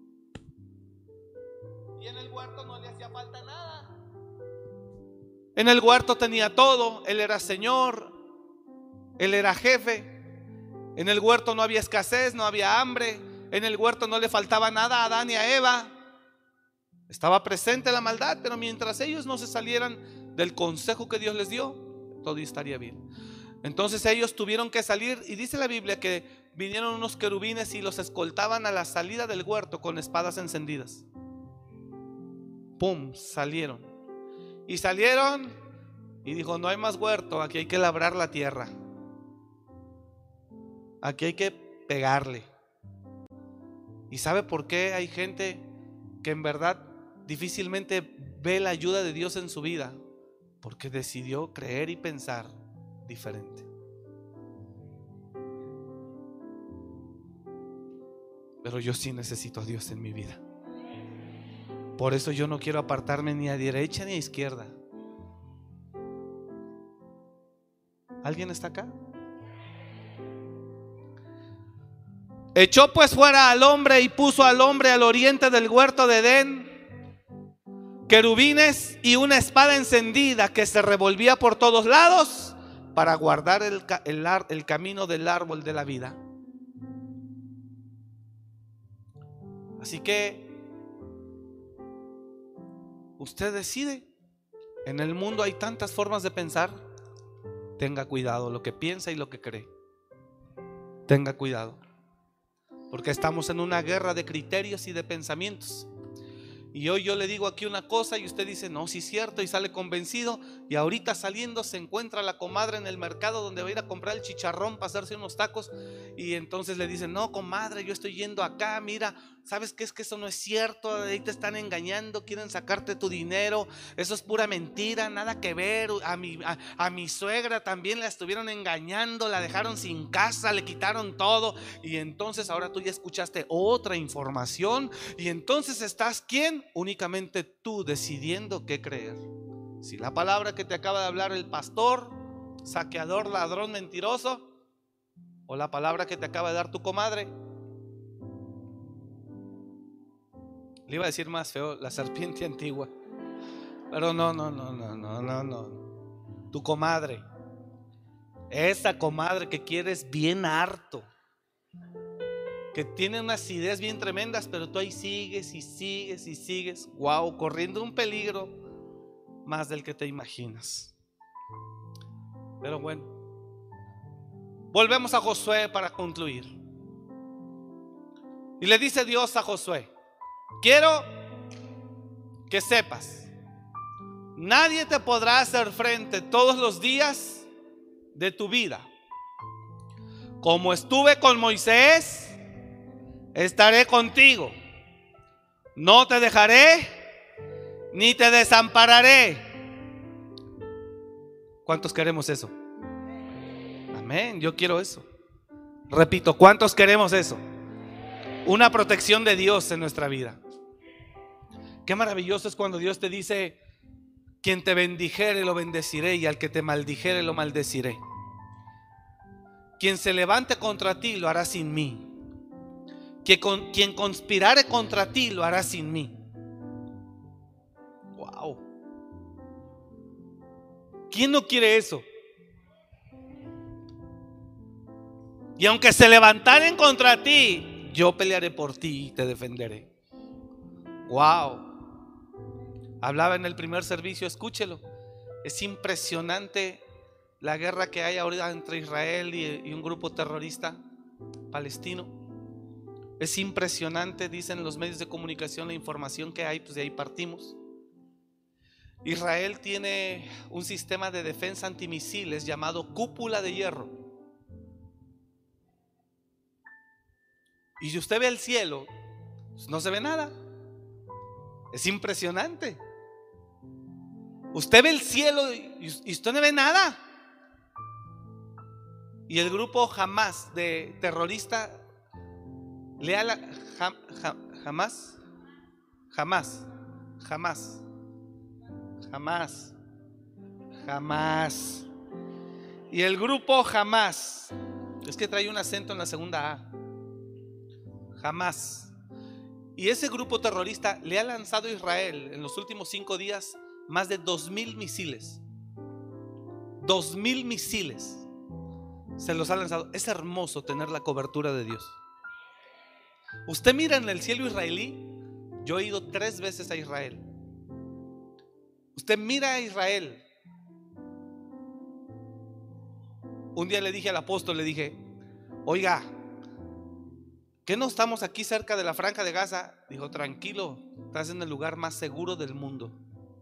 Y en el huerto no le hacía falta nada. En el huerto tenía todo. Él era señor, él era jefe. En el huerto no había escasez, no había hambre. En el huerto no le faltaba nada a Adán y a Eva. Estaba presente la maldad, pero mientras ellos no se salieran del consejo que Dios les dio, todo estaría bien. Entonces ellos tuvieron que salir, y dice la Biblia que vinieron unos querubines y los escoltaban a la salida del huerto con espadas encendidas. ¡Pum! Salieron. Y salieron y dijo: no hay más huerto, aquí hay que labrar la tierra, aquí hay que pegarle. ¿Y sabe por qué hay gente que en verdad difícilmente ve la ayuda de Dios en su vida? Porque decidió creer y pensar diferente. Pero yo sí necesito a Dios en mi vida. Por eso yo no quiero apartarme ni a derecha ni a izquierda. ¿Alguien está acá? Echó pues fuera al hombre y puso al hombre al oriente del huerto de Edén querubines y una espada encendida que se revolvía por todos lados para guardar el camino del árbol de la vida. Así que usted decide. En el mundo hay tantas formas de pensar. Tenga cuidado lo que piensa y lo que cree. Tenga cuidado, porque estamos en una guerra de criterios y de pensamientos. Y hoy yo le digo aquí una cosa y usted dice: no, sí es cierto, y sale convencido. Y ahorita saliendo se encuentra la comadre en el mercado donde va a ir a comprar el chicharrón para hacerse unos tacos. Y entonces le dicen: no, comadre, yo estoy yendo acá, mira, ¿sabes qué? Es que eso no es cierto, ahí te están engañando, quieren sacarte tu dinero, eso es pura mentira, nada que ver. A mi suegra también la estuvieron engañando, la dejaron sin casa, le quitaron todo. Y entonces ahora tú ya escuchaste otra información. Y entonces estás, ¿quién? Únicamente tú decidiendo qué creer. Si la palabra que te acaba de hablar el pastor, saqueador, ladrón, mentiroso, o la palabra que te acaba de dar tu comadre. Le iba a decir más feo, la serpiente antigua, pero no. Tu comadre, esa comadre que quieres bien harto, que tiene unas ideas bien tremendas, pero tú ahí sigues y sigues y sigues, wow, corriendo un peligro más del que te imaginas. Pero bueno, volvemos a Josué para concluir. Y le dice Dios a Josué: quiero que sepas, nadie te podrá hacer frente todos los días de tu vida. Como estuve con Moisés, estaré contigo. No te dejaré ni te desampararé. ¿Cuántos queremos eso? Amén, yo quiero eso. Repito, ¿cuántos queremos eso? Una protección de Dios en nuestra vida. Qué maravilloso es cuando Dios te dice: quien te bendijere lo bendeciré, y al que te maldijere lo maldeciré. Quien se levante contra ti lo hará sin mí. Quien conspirare contra ti lo hará sin mí. Wow. ¿Quién no quiere eso? Y aunque se levantaren contra ti, yo pelearé por ti y te defenderé. Wow. Hablaba en el primer servicio, escúchelo. Es impresionante la guerra que hay ahora entre Israel y un grupo terrorista palestino. Es impresionante, dicen los medios de comunicación, la información que hay, pues de ahí partimos. Israel tiene un sistema de defensa antimisiles llamado cúpula de hierro. Y si usted ve el cielo, pues no se ve nada. Es impresionante. Usted ve el cielo y usted no ve nada. Y el grupo Hamas de terrorista, lea la jamás. Y el grupo Hamas, es que trae un acento en la segunda A. Hamas. Y ese grupo terrorista le ha lanzado a Israel en los últimos 5 días más de 2,000 misiles. 2,000 misiles se los ha lanzado. Es hermoso tener la cobertura de Dios. Usted mira en el cielo israelí. Yo he ido 3 veces a Israel. Usted mira a Israel. Un día le dije al apóstol, le dije: oiga, ¿qué no estamos aquí cerca de la Franja de Gaza? Dijo: tranquilo, estás en el lugar más seguro del mundo.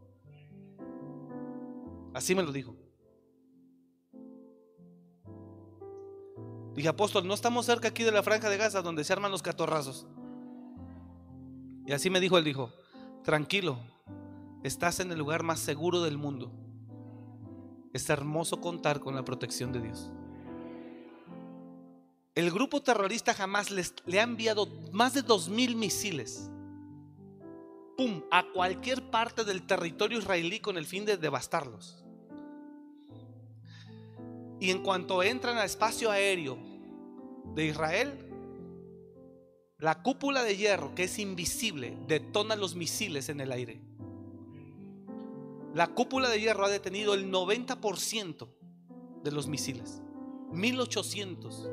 Así me lo dijo. Dije: apóstol, no estamos cerca aquí de la Franja de Gaza donde se arman los catorrazos. Y así me dijo, él dijo: tranquilo, estás en el lugar más seguro del mundo. Es hermoso contar con la protección de Dios. El grupo terrorista Hamas le ha enviado más de 2,000 misiles, ¡pum!, a cualquier parte del territorio israelí con el fin de devastarlos. Y en cuanto entran al espacio aéreo de Israel, la cúpula de hierro, que es invisible, detona los misiles en el aire. La cúpula de hierro ha detenido el 90% de los misiles. 1,800.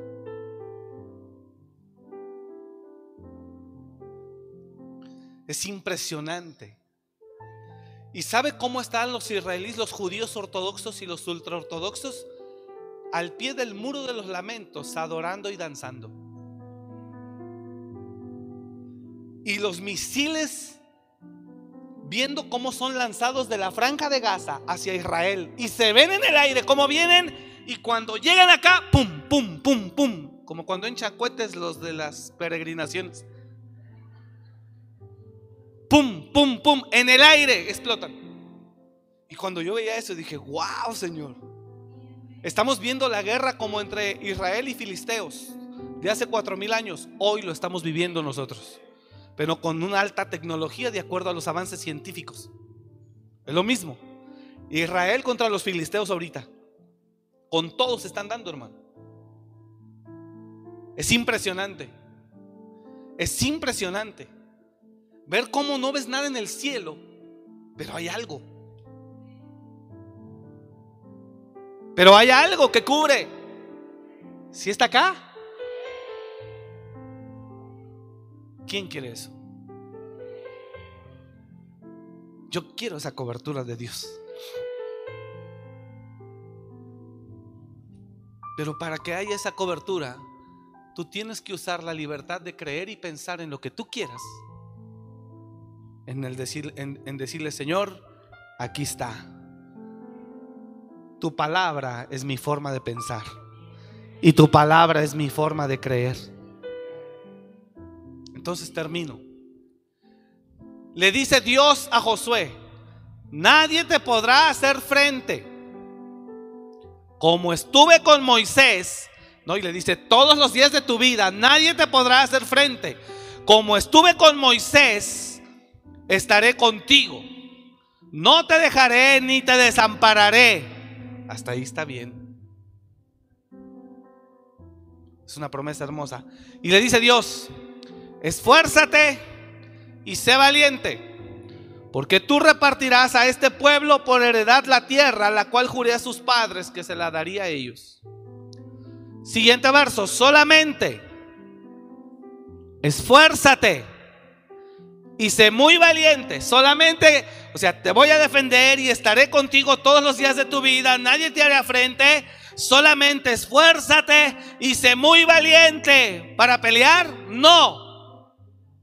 Es impresionante. ¿Y sabe cómo están los israelíes, los judíos ortodoxos y los ultraortodoxos? Al pie del muro de los lamentos, adorando y danzando. Y los misiles, viendo cómo son lanzados de la Franja de Gaza hacia Israel, y se ven en el aire cómo vienen, y cuando llegan acá, pum, pum, pum, pum, como cuando enchan cohetes los de las peregrinaciones. Pum, pum, pum, en el aire explotan. Y cuando yo veía eso dije: wow, Señor, estamos viendo la guerra como entre Israel y filisteos de hace 4,000 años. Hoy lo estamos viviendo nosotros, pero con una alta tecnología de acuerdo a los avances científicos. Es lo mismo. Israel contra los filisteos ahorita. Con todos se están dando, hermano. Es impresionante. Es impresionante ver cómo no ves nada en el cielo, pero hay algo. Pero hay algo que cubre. ¿Sí está acá? ¿Quién quiere eso? Yo quiero esa cobertura de Dios. Pero para que haya esa cobertura, tú tienes que usar la libertad de creer y pensar en lo que tú quieras. En decirle: Señor, aquí está. Tu palabra es mi forma de pensar y tu palabra es mi forma de creer. Entonces termino. Le dice Dios a Josué: nadie te podrá hacer frente. Como estuve con Moisés, ¿no? Y le dice: todos los días de tu vida nadie te podrá hacer frente. Como estuve con Moisés, estaré contigo. No te dejaré ni te desampararé. Hasta ahí está bien. Es una promesa hermosa. Y le dice Dios: esfuérzate y sé valiente, porque tú repartirás a este pueblo por heredad la tierra, la cual juré a sus padres que se la daría a ellos. Siguiente verso: solamente esfuérzate y sé muy valiente. Solamente, o sea, te voy a defender y estaré contigo todos los días de tu vida. Nadie te hará frente. Solamente esfuérzate y sé muy valiente. ¿Para pelear? No.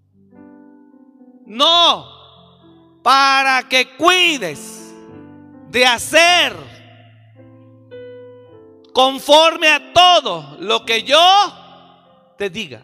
No. Para que cuides de hacer conforme a todo lo que yo te diga.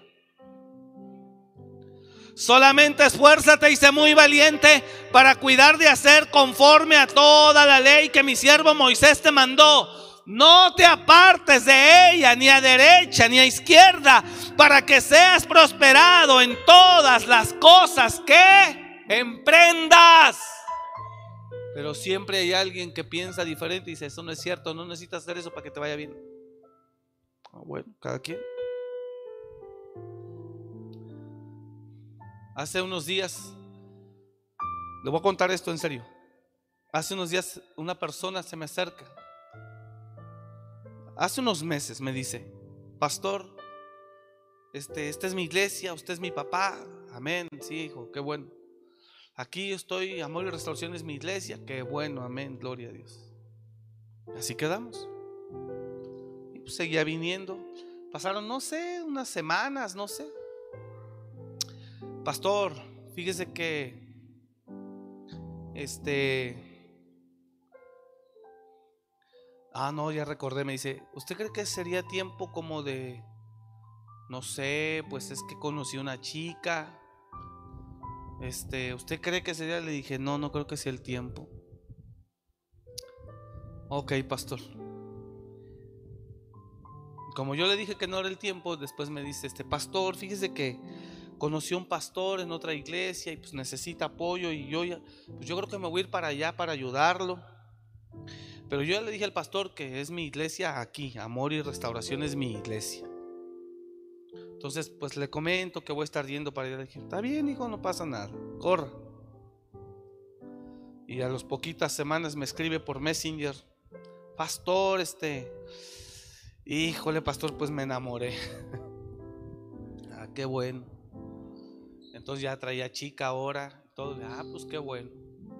Solamente esfuérzate y sé muy valiente para cuidar de hacer conforme a toda la ley que mi siervo Moisés te mandó. No te apartes de ella, ni a derecha ni a izquierda, para que seas prosperado en todas las cosas que emprendas. Pero siempre hay alguien que piensa diferente y dice: eso no es cierto, no necesitas hacer eso para que te vaya bien. Bueno, cada quien. Hace unos días, le voy a contar esto en serio. Hace unos días una persona se me acerca. Hace unos meses me dice: pastor, esta es mi iglesia, usted es mi papá. Amén, sí, hijo, qué bueno. Aquí estoy, Amor y Restauración es mi iglesia. Qué bueno, amén, gloria a Dios. Así quedamos. Y pues seguía viniendo. Pasaron, no sé, unas semanas, no sé. Pastor, fíjese que no, ya recordé. Me dice: ¿usted cree que sería tiempo como de, no sé, pues es que conocí una chica? ¿Usted cree que sería? Le dije: no, no creo que sea el tiempo. Ok, pastor. Como yo le dije que no era el tiempo, después me dice: pastor, fíjese que conoció un pastor en otra iglesia y pues necesita apoyo, y yo creo que me voy a ir para allá para ayudarlo. Pero yo le dije al pastor que es mi iglesia aquí, Amor y Restauración es mi iglesia. Entonces pues le comento que voy a estar yendo para allá. Le dije: está bien, hijo, no pasa nada, corra. Y a las poquitas semanas me escribe por Messenger: pastor, híjole, pastor, pues me enamoré. Qué bueno. Entonces ya traía chica ahora, todo. Pues qué bueno.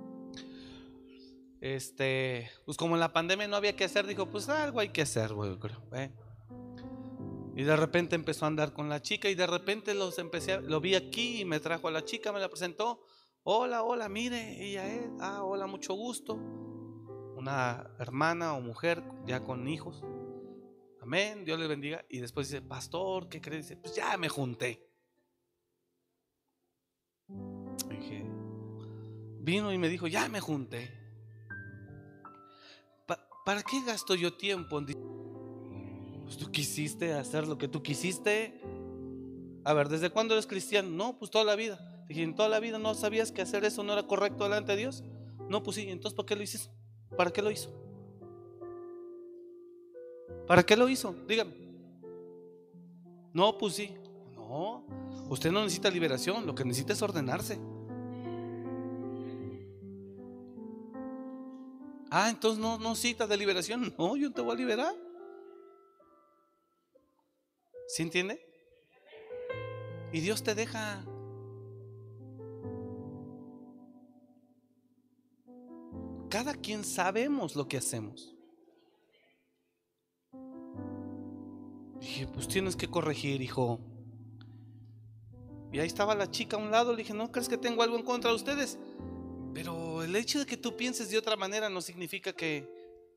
Pues como en la pandemia no había que hacer, dijo: pues algo hay que hacer, güey, creo. Y de repente empezó a andar con la chica, y de repente lo vi aquí y me trajo a la chica, me la presentó. Hola, hola, mire, ella es. Hola, mucho gusto. Una hermana o mujer ya con hijos. Amén, Dios le bendiga. Y después dice: pastor, ¿qué crees? Dice: pues ya me junté. Dije, vino y me dijo: ya me junté. ¿Para qué gasto yo tiempo? Pues tú quisiste hacer lo que tú quisiste. A ver, ¿desde cuándo eres cristiano? No, pues toda la vida. Dije: ¿en toda la vida no sabías que hacer eso no era correcto delante de Dios? No, pues sí. Entonces, ¿para qué lo hiciste? ¿Para qué lo hizo? ¿Para qué lo hizo? Dígame. No, pues sí. No, usted no necesita liberación, lo que necesita es ordenarse. Entonces no cita de liberación. No, yo no te voy a liberar. ¿Sí entiende? Y Dios te deja. Cada quien sabemos lo que hacemos. Dije, pues tienes que corregir, hijo. Y ahí estaba la chica a un lado. Le dije, ¿no crees que tengo algo en contra de ustedes? Pero el hecho de que tú pienses de otra manera no significa que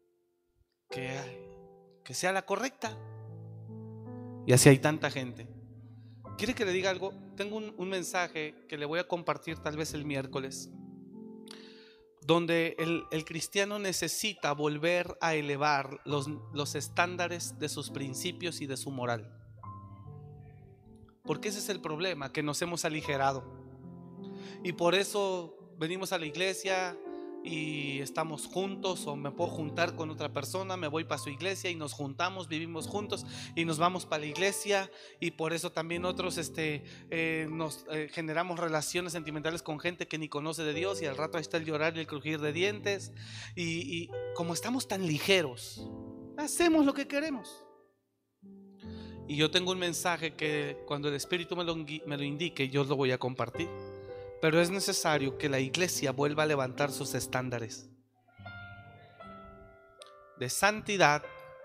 sea la correcta. Y así hay tanta gente. ¿Quiere que le diga algo? Tengo un mensaje que le voy a compartir tal vez el miércoles, donde el cristiano necesita volver a elevar los estándares de sus principios y de su moral. Porque ese es el problema, que nos hemos aligerado. Y por eso venimos a la iglesia y estamos juntos, o me puedo juntar con otra persona, me voy para su iglesia y nos juntamos, vivimos juntos y nos vamos para la iglesia. Y por eso también otros nos generamos relaciones sentimentales con gente que ni conoce de Dios, y al rato ahí está el llorar y el crujir de dientes. Y como estamos tan ligeros, hacemos lo que queremos. Y yo tengo un mensaje que cuando el Espíritu me lo indique, yo lo voy a compartir. Pero es necesario que la iglesia vuelva a levantar sus estándares de santidad,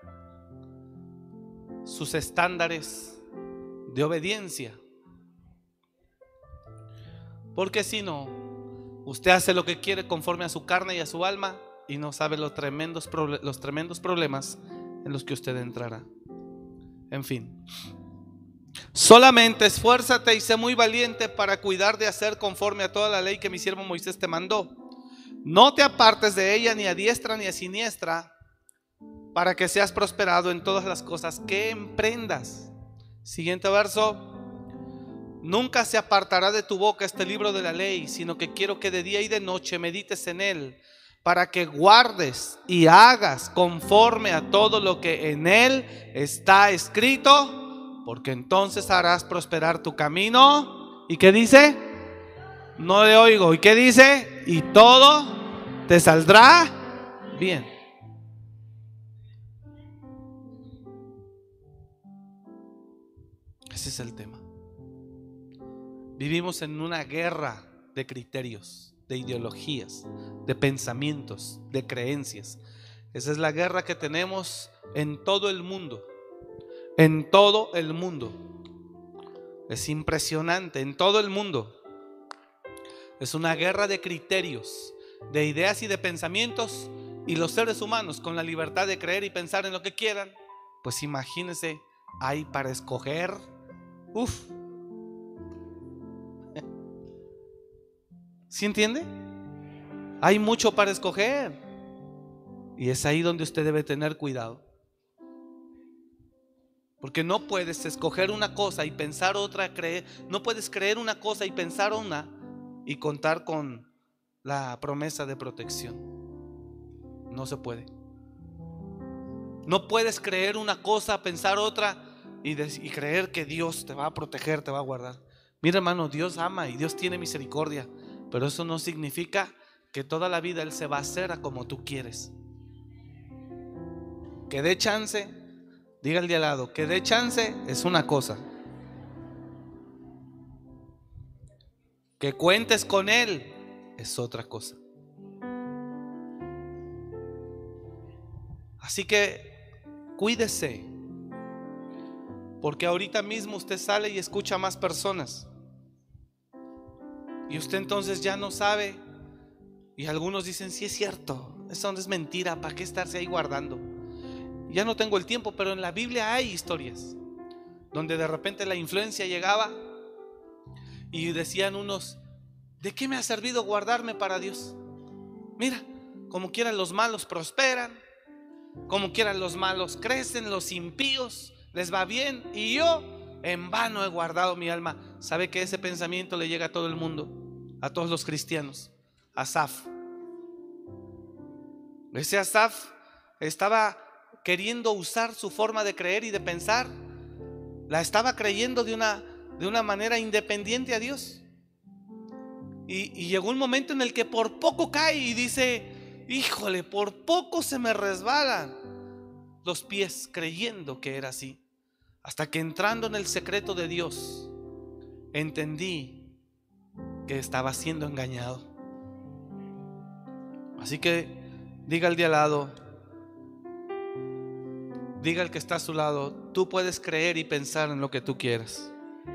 sus estándares de obediencia. Porque si no, usted hace lo que quiere conforme a su carne y a su alma, y no sabe los tremendos problemas en los que usted entrará. En fin, solamente esfuérzate y sé muy valiente para cuidar de hacer conforme a toda la ley que mi siervo Moisés te mandó. No te apartes de ella ni a diestra ni a siniestra, para que seas prosperado en todas las cosas que emprendas. Siguiente verso. Nunca se apartará de tu boca este libro de la ley, sino que quiero que de día y de noche medites en él, para que guardes y hagas conforme a todo lo que en él está escrito, porque entonces harás prosperar tu camino. ¿Y qué dice? No le oigo. ¿Y qué dice? Y todo te saldrá bien. Ese es el tema. Vivimos en una guerra de criterios, de ideologías, de pensamientos, de creencias. Esa es la guerra que tenemos en todo el mundo. En todo el mundo. Es impresionante, en todo el mundo. Es una guerra de criterios, de ideas y de pensamientos. Y los seres humanos, con la libertad de creer y pensar en lo que quieran, pues imagínense, hay para escoger. ¿Sí entiende? Hay mucho para escoger. Y es ahí donde usted debe tener cuidado. Porque no puedes escoger una cosa y pensar otra, no puedes creer una cosa y pensar una y contar con la promesa de protección. No se puede. No puedes creer una cosa, pensar otra y creer que Dios te va a proteger, te va a guardar. Mira, hermano, Dios ama y Dios tiene misericordia, pero eso no significa que toda la vida Él se va a hacer a como tú quieres. Que dé chance, diga al de al lado, que dé chance es una cosa. Que cuentes con Él es otra cosa. Así que cuídese, porque ahorita mismo usted sale y escucha a más personas y usted entonces ya no sabe. Y algunos dicen, sí es cierto, eso no es mentira, ¿para qué estarse ahí guardando? Ya no tengo el tiempo, pero en la Biblia hay historias donde de repente la influencia llegaba y decían unos, ¿de qué me ha servido guardarme para Dios? Mira, como quieran los malos prosperan, como quieran los malos crecen, los impíos les va bien, y yo en vano he guardado mi alma. ¿Sabe que ese pensamiento le llega a todo el mundo? A todos los cristianos. Asaf. Ese Asaf estaba queriendo usar su forma de creer y de pensar. La estaba creyendo de una manera independiente a Dios. Y llegó un momento en el que por poco cae y dice, híjole, por poco se me resbalan los pies creyendo que era así. Hasta que entrando en el secreto de Dios, entendí que estaba siendo engañado. Así que diga al de al lado, diga al que está a su lado, tú puedes creer y pensar en lo que tú quieras.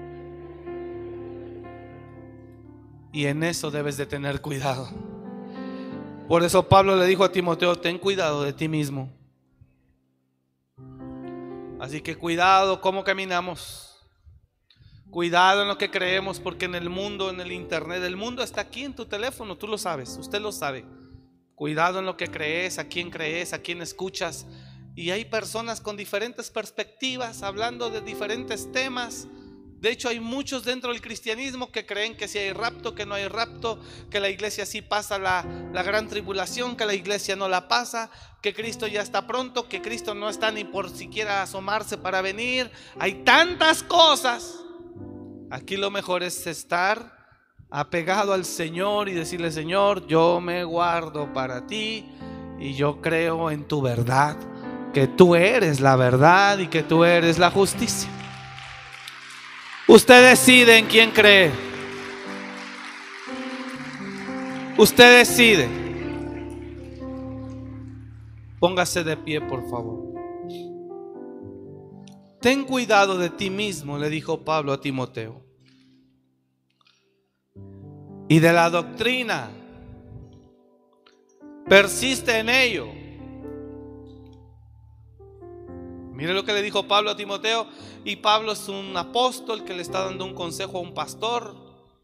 Y en eso debes de tener cuidado. Por eso Pablo le dijo a Timoteo: ten cuidado de ti mismo. Así que cuidado cómo caminamos. Cuidado en lo que creemos, porque en el mundo, en el internet, el mundo está aquí en tu teléfono, tú lo sabes, usted lo sabe. Cuidado en lo que crees, a quién escuchas. Y hay personas con diferentes perspectivas, hablando de diferentes temas. De hecho, hay muchos dentro del cristianismo que creen que si hay rapto, que no hay rapto, que la iglesia sí pasa la gran tribulación, que la iglesia no la pasa, que Cristo ya está pronto, que Cristo no está ni por siquiera asomarse para venir. Hay tantas cosas. Aquí lo mejor es estar apegado al Señor y decirle: Señor, yo me guardo para ti y yo creo en tu verdad, que tú eres la verdad y que tú eres la justicia. Usted decide en quién cree. Usted decide. Póngase de pie, por favor. Ten cuidado de ti mismo, le dijo Pablo a Timoteo, y de la doctrina. Persiste en ello. Mire lo que le dijo Pablo a Timoteo. Y Pablo es un apóstol que le está dando un consejo a un pastor.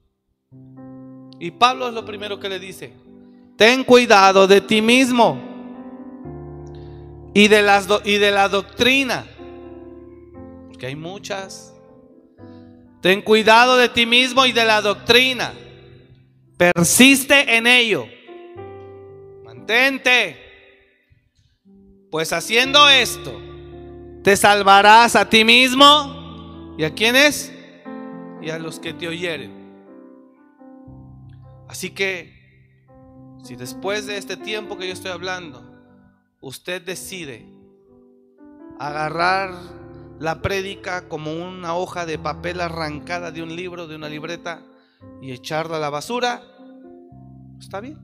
Y Pablo es lo primero que le dice: ten cuidado de ti mismo y de la doctrina, porque hay muchas. Ten cuidado de ti mismo y de la doctrina. Persiste en ello. Mantente. Pues haciendo esto te salvarás a ti mismo. ¿Y a quiénes? Y a los que te oyeren. Así que, si después de este tiempo que yo estoy hablando, usted decide agarrar la prédica como una hoja de papel arrancada de un libro, de una libreta, y echarla a la basura, está bien.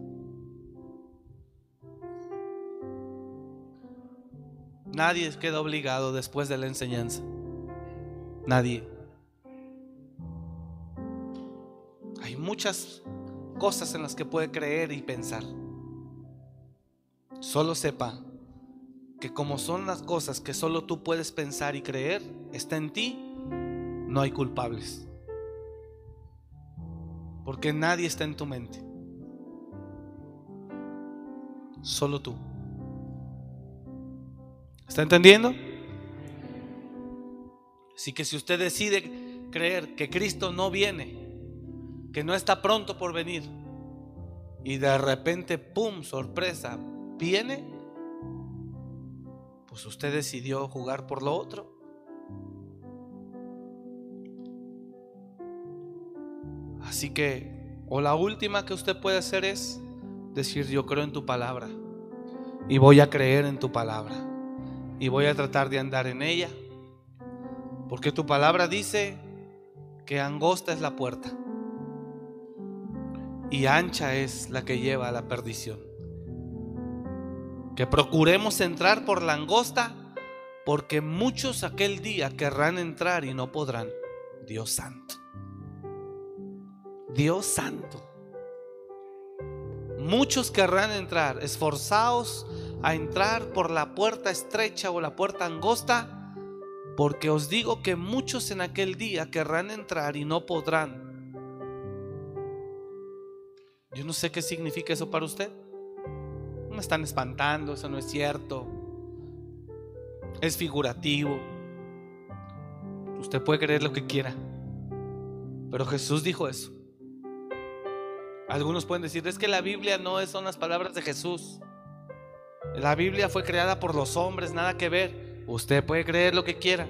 Nadie queda obligado después de la enseñanza. Nadie. Hay muchas cosas en las que puede creer y pensar. Solo sepa que como son las cosas que solo tú puedes pensar y creer, está en ti, no hay culpables. Porque nadie está en tu mente. Solo tú. ¿Está entendiendo? Así que si usted decide creer que Cristo no viene, que no está pronto por venir, y de repente, ¡pum!, sorpresa, viene, pues usted decidió jugar por lo otro. Así que, o la última que usted puede hacer es decir: yo creo en tu palabra y voy a creer en tu palabra y voy a tratar de andar en ella, porque tu palabra dice que angosta es la puerta y ancha es la que lleva a la perdición. Que procuremos entrar por la angosta, porque muchos aquel día querrán entrar y no podrán. Dios santo. Dios santo. Muchos querrán entrar. Esforzaos a entrar por la puerta estrecha o la puerta angosta, porque os digo que muchos en aquel día querrán entrar y no podrán. Yo no sé qué significa eso para usted. Me están espantando, eso no es cierto. Es figurativo. Usted puede creer lo que quiera, pero Jesús dijo eso. Algunos pueden decir: es que la Biblia no son las palabras de Jesús. La Biblia fue creada por los hombres, nada que ver. Usted puede creer lo que quiera.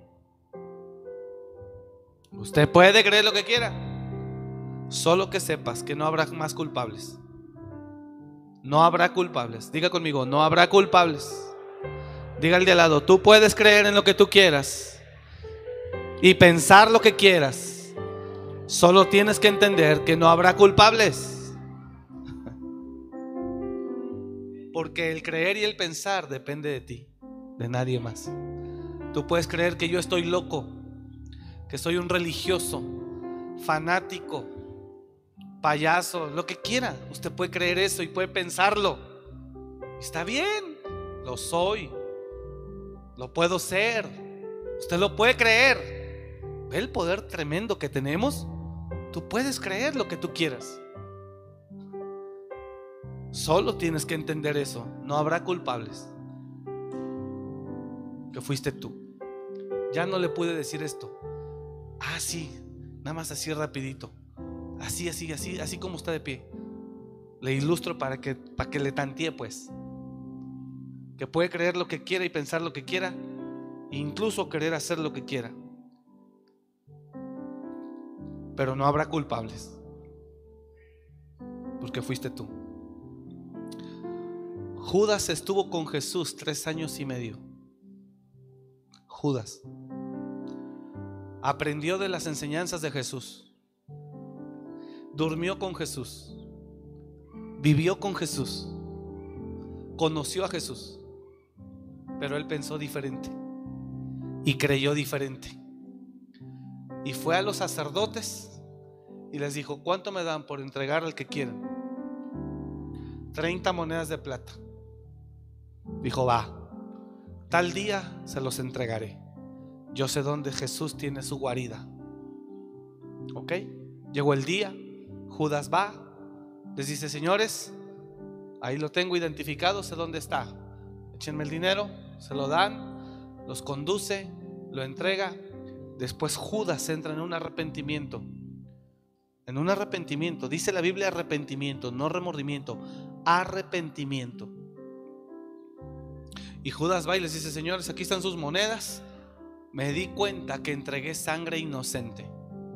Usted puede creer lo que quiera. Solo que sepas que no habrá más culpables. No habrá culpables. Diga conmigo: no habrá culpables. Diga al de al lado: tú puedes creer en lo que tú quieras y pensar lo que quieras. Solo tienes que entender que no habrá culpables. Porque el creer y el pensar depende de ti, de nadie más. Tú puedes creer que yo estoy loco, que soy un religioso, fanático, payaso, lo que quiera. Usted puede creer eso y puede pensarlo. Está bien, lo soy, lo puedo ser. Usted lo puede creer. ¿Ve el poder tremendo que tenemos? Tú puedes creer lo que tú quieras. Solo tienes que entender eso. No habrá culpables. Que fuiste tú. Ya no le pude decir esto. Ah, sí, nada más así rapidito. Así como está de pie. Le ilustro para que le tantee, pues. Que puede creer lo que quiera y pensar lo que quiera, e incluso querer hacer lo que quiera. Pero no habrá culpables. Porque fuiste tú. Judas estuvo con Jesús 3 años y medio. Judas aprendió de las enseñanzas de Jesús, durmió con Jesús, vivió con Jesús, conoció a Jesús, pero él pensó diferente y creyó diferente. Y fue a los sacerdotes y les dijo: ¿cuánto me dan por entregar al que quieran? 30 monedas de plata. Dijo: va, tal día se los entregaré. Yo sé dónde Jesús tiene su guarida. Ok, llegó el día. Judas va, les dice: señores, ahí lo tengo identificado, sé dónde está, échenme el dinero. Se lo dan, los conduce, lo entrega. Después Judas entra en un arrepentimiento. En un arrepentimiento, dice la Biblia arrepentimiento, no remordimiento, arrepentimiento. Y Judas va y les dice: señores, aquí están sus monedas. Me di cuenta que entregué sangre inocente.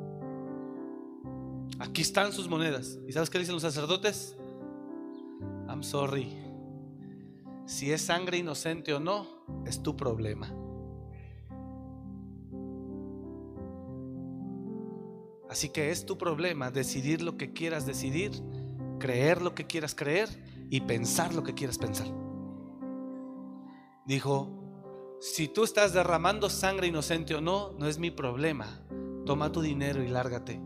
Aquí están sus monedas. ¿Y sabes qué dicen los sacerdotes? I'm sorry. Si es sangre inocente o no, es tu problema. Así que es tu problema decidir lo que quieras decidir, creer lo que quieras creer y pensar lo que quieras pensar. Dijo: si tú estás derramando sangre inocente o no, no es mi problema. Toma tu dinero y lárgate.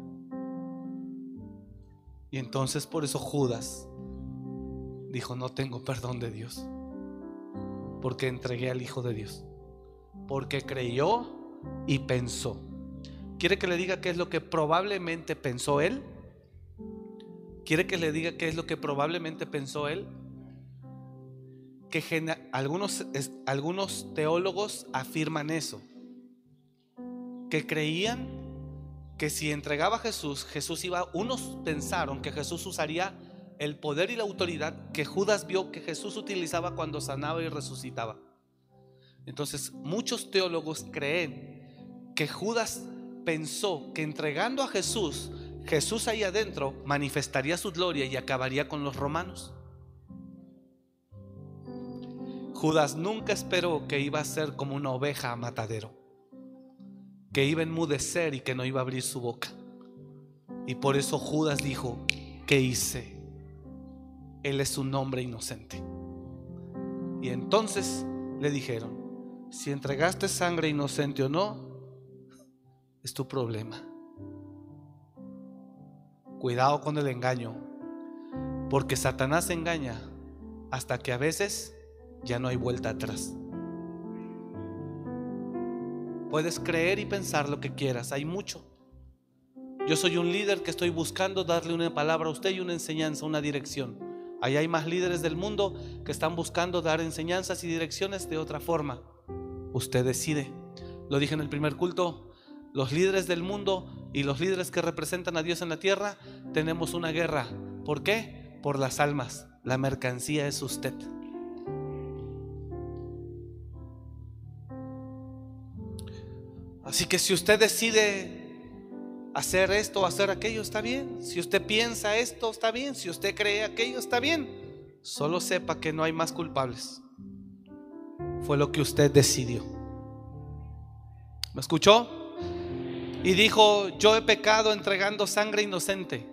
Y entonces por eso Judas dijo: no tengo perdón de Dios, porque entregué al Hijo de Dios, porque creyó y pensó. ¿Quiere que le diga qué es lo que probablemente pensó él? ¿Quiere que le diga qué es lo que probablemente pensó él? Que algunos teólogos afirman eso, que creían que si entregaba a Jesús, unos pensaron que Jesús usaría el poder y la autoridad que Judas vio que Jesús utilizaba cuando sanaba y resucitaba. Entonces muchos teólogos creen que Judas pensó que entregando a Jesús, Jesús ahí adentro manifestaría su gloria y acabaría con los romanos. Judas nunca esperó que iba a ser como una oveja a matadero, que iba a enmudecer y que no iba a abrir su boca. Y por eso Judas dijo: ¿qué hice? Él es un hombre inocente. Y entonces le dijeron: si entregaste sangre inocente o no, es tu problema. Cuidado con el engaño, porque Satanás engaña hasta que a veces ya no hay vuelta atrás. Puedes creer y pensar lo que quieras, hay mucho. Yo soy un líder que estoy buscando darle una palabra a usted y una enseñanza, una dirección. Ahí hay más líderes del mundo que están buscando dar enseñanzas y direcciones de otra forma. Usted decide. Lo dije en el primer culto: los líderes del mundo y los líderes que representan a Dios en la tierra tenemos una guerra. ¿Por qué? Por las almas. La mercancía es usted. Así que si usted decide hacer esto o hacer aquello, está bien. Si usted piensa esto, está bien. Si usted cree aquello, está bien. Solo sepa que no hay más culpables. Fue lo que usted decidió. ¿Me escuchó? Y dijo: yo he pecado entregando sangre inocente.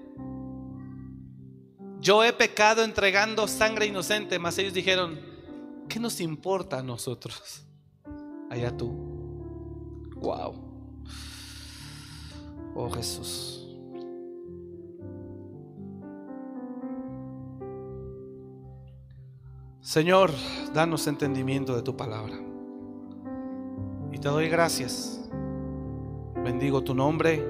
Yo he pecado entregando sangre inocente. Mas ellos dijeron: ¿qué nos importa a nosotros? Allá tú. Wow. Oh Jesús. Señor, danos entendimiento de tu palabra. Y te doy gracias. Bendigo tu nombre.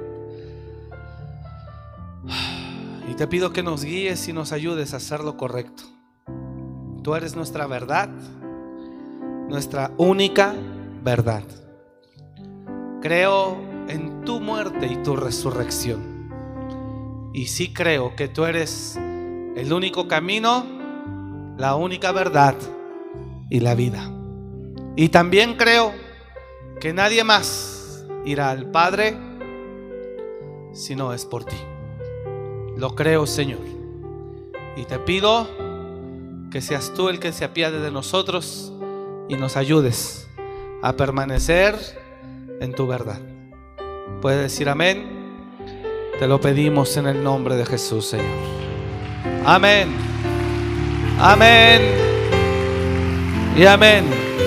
Y te pido que nos guíes y nos ayudes a hacer lo correcto. Tú eres nuestra verdad, nuestra única verdad. Creo en tu muerte y tu resurrección. Y sí creo que tú eres el único camino, la única verdad y la vida. Y también creo que nadie más irá al Padre si no es por ti. Lo creo, Señor. Y te pido que seas tú el que se apiade de nosotros y nos ayudes a permanecer en tu verdad. ¿Puedes decir amén? Te lo pedimos en el nombre de Jesús, Señor. Amén. Amén. Y amén.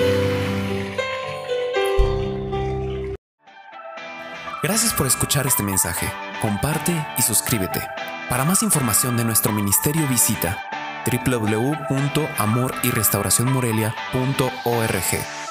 Gracias por escuchar este mensaje. Comparte y suscríbete. Para más información de nuestro ministerio visita www.amoryrestauracionmorelia.org.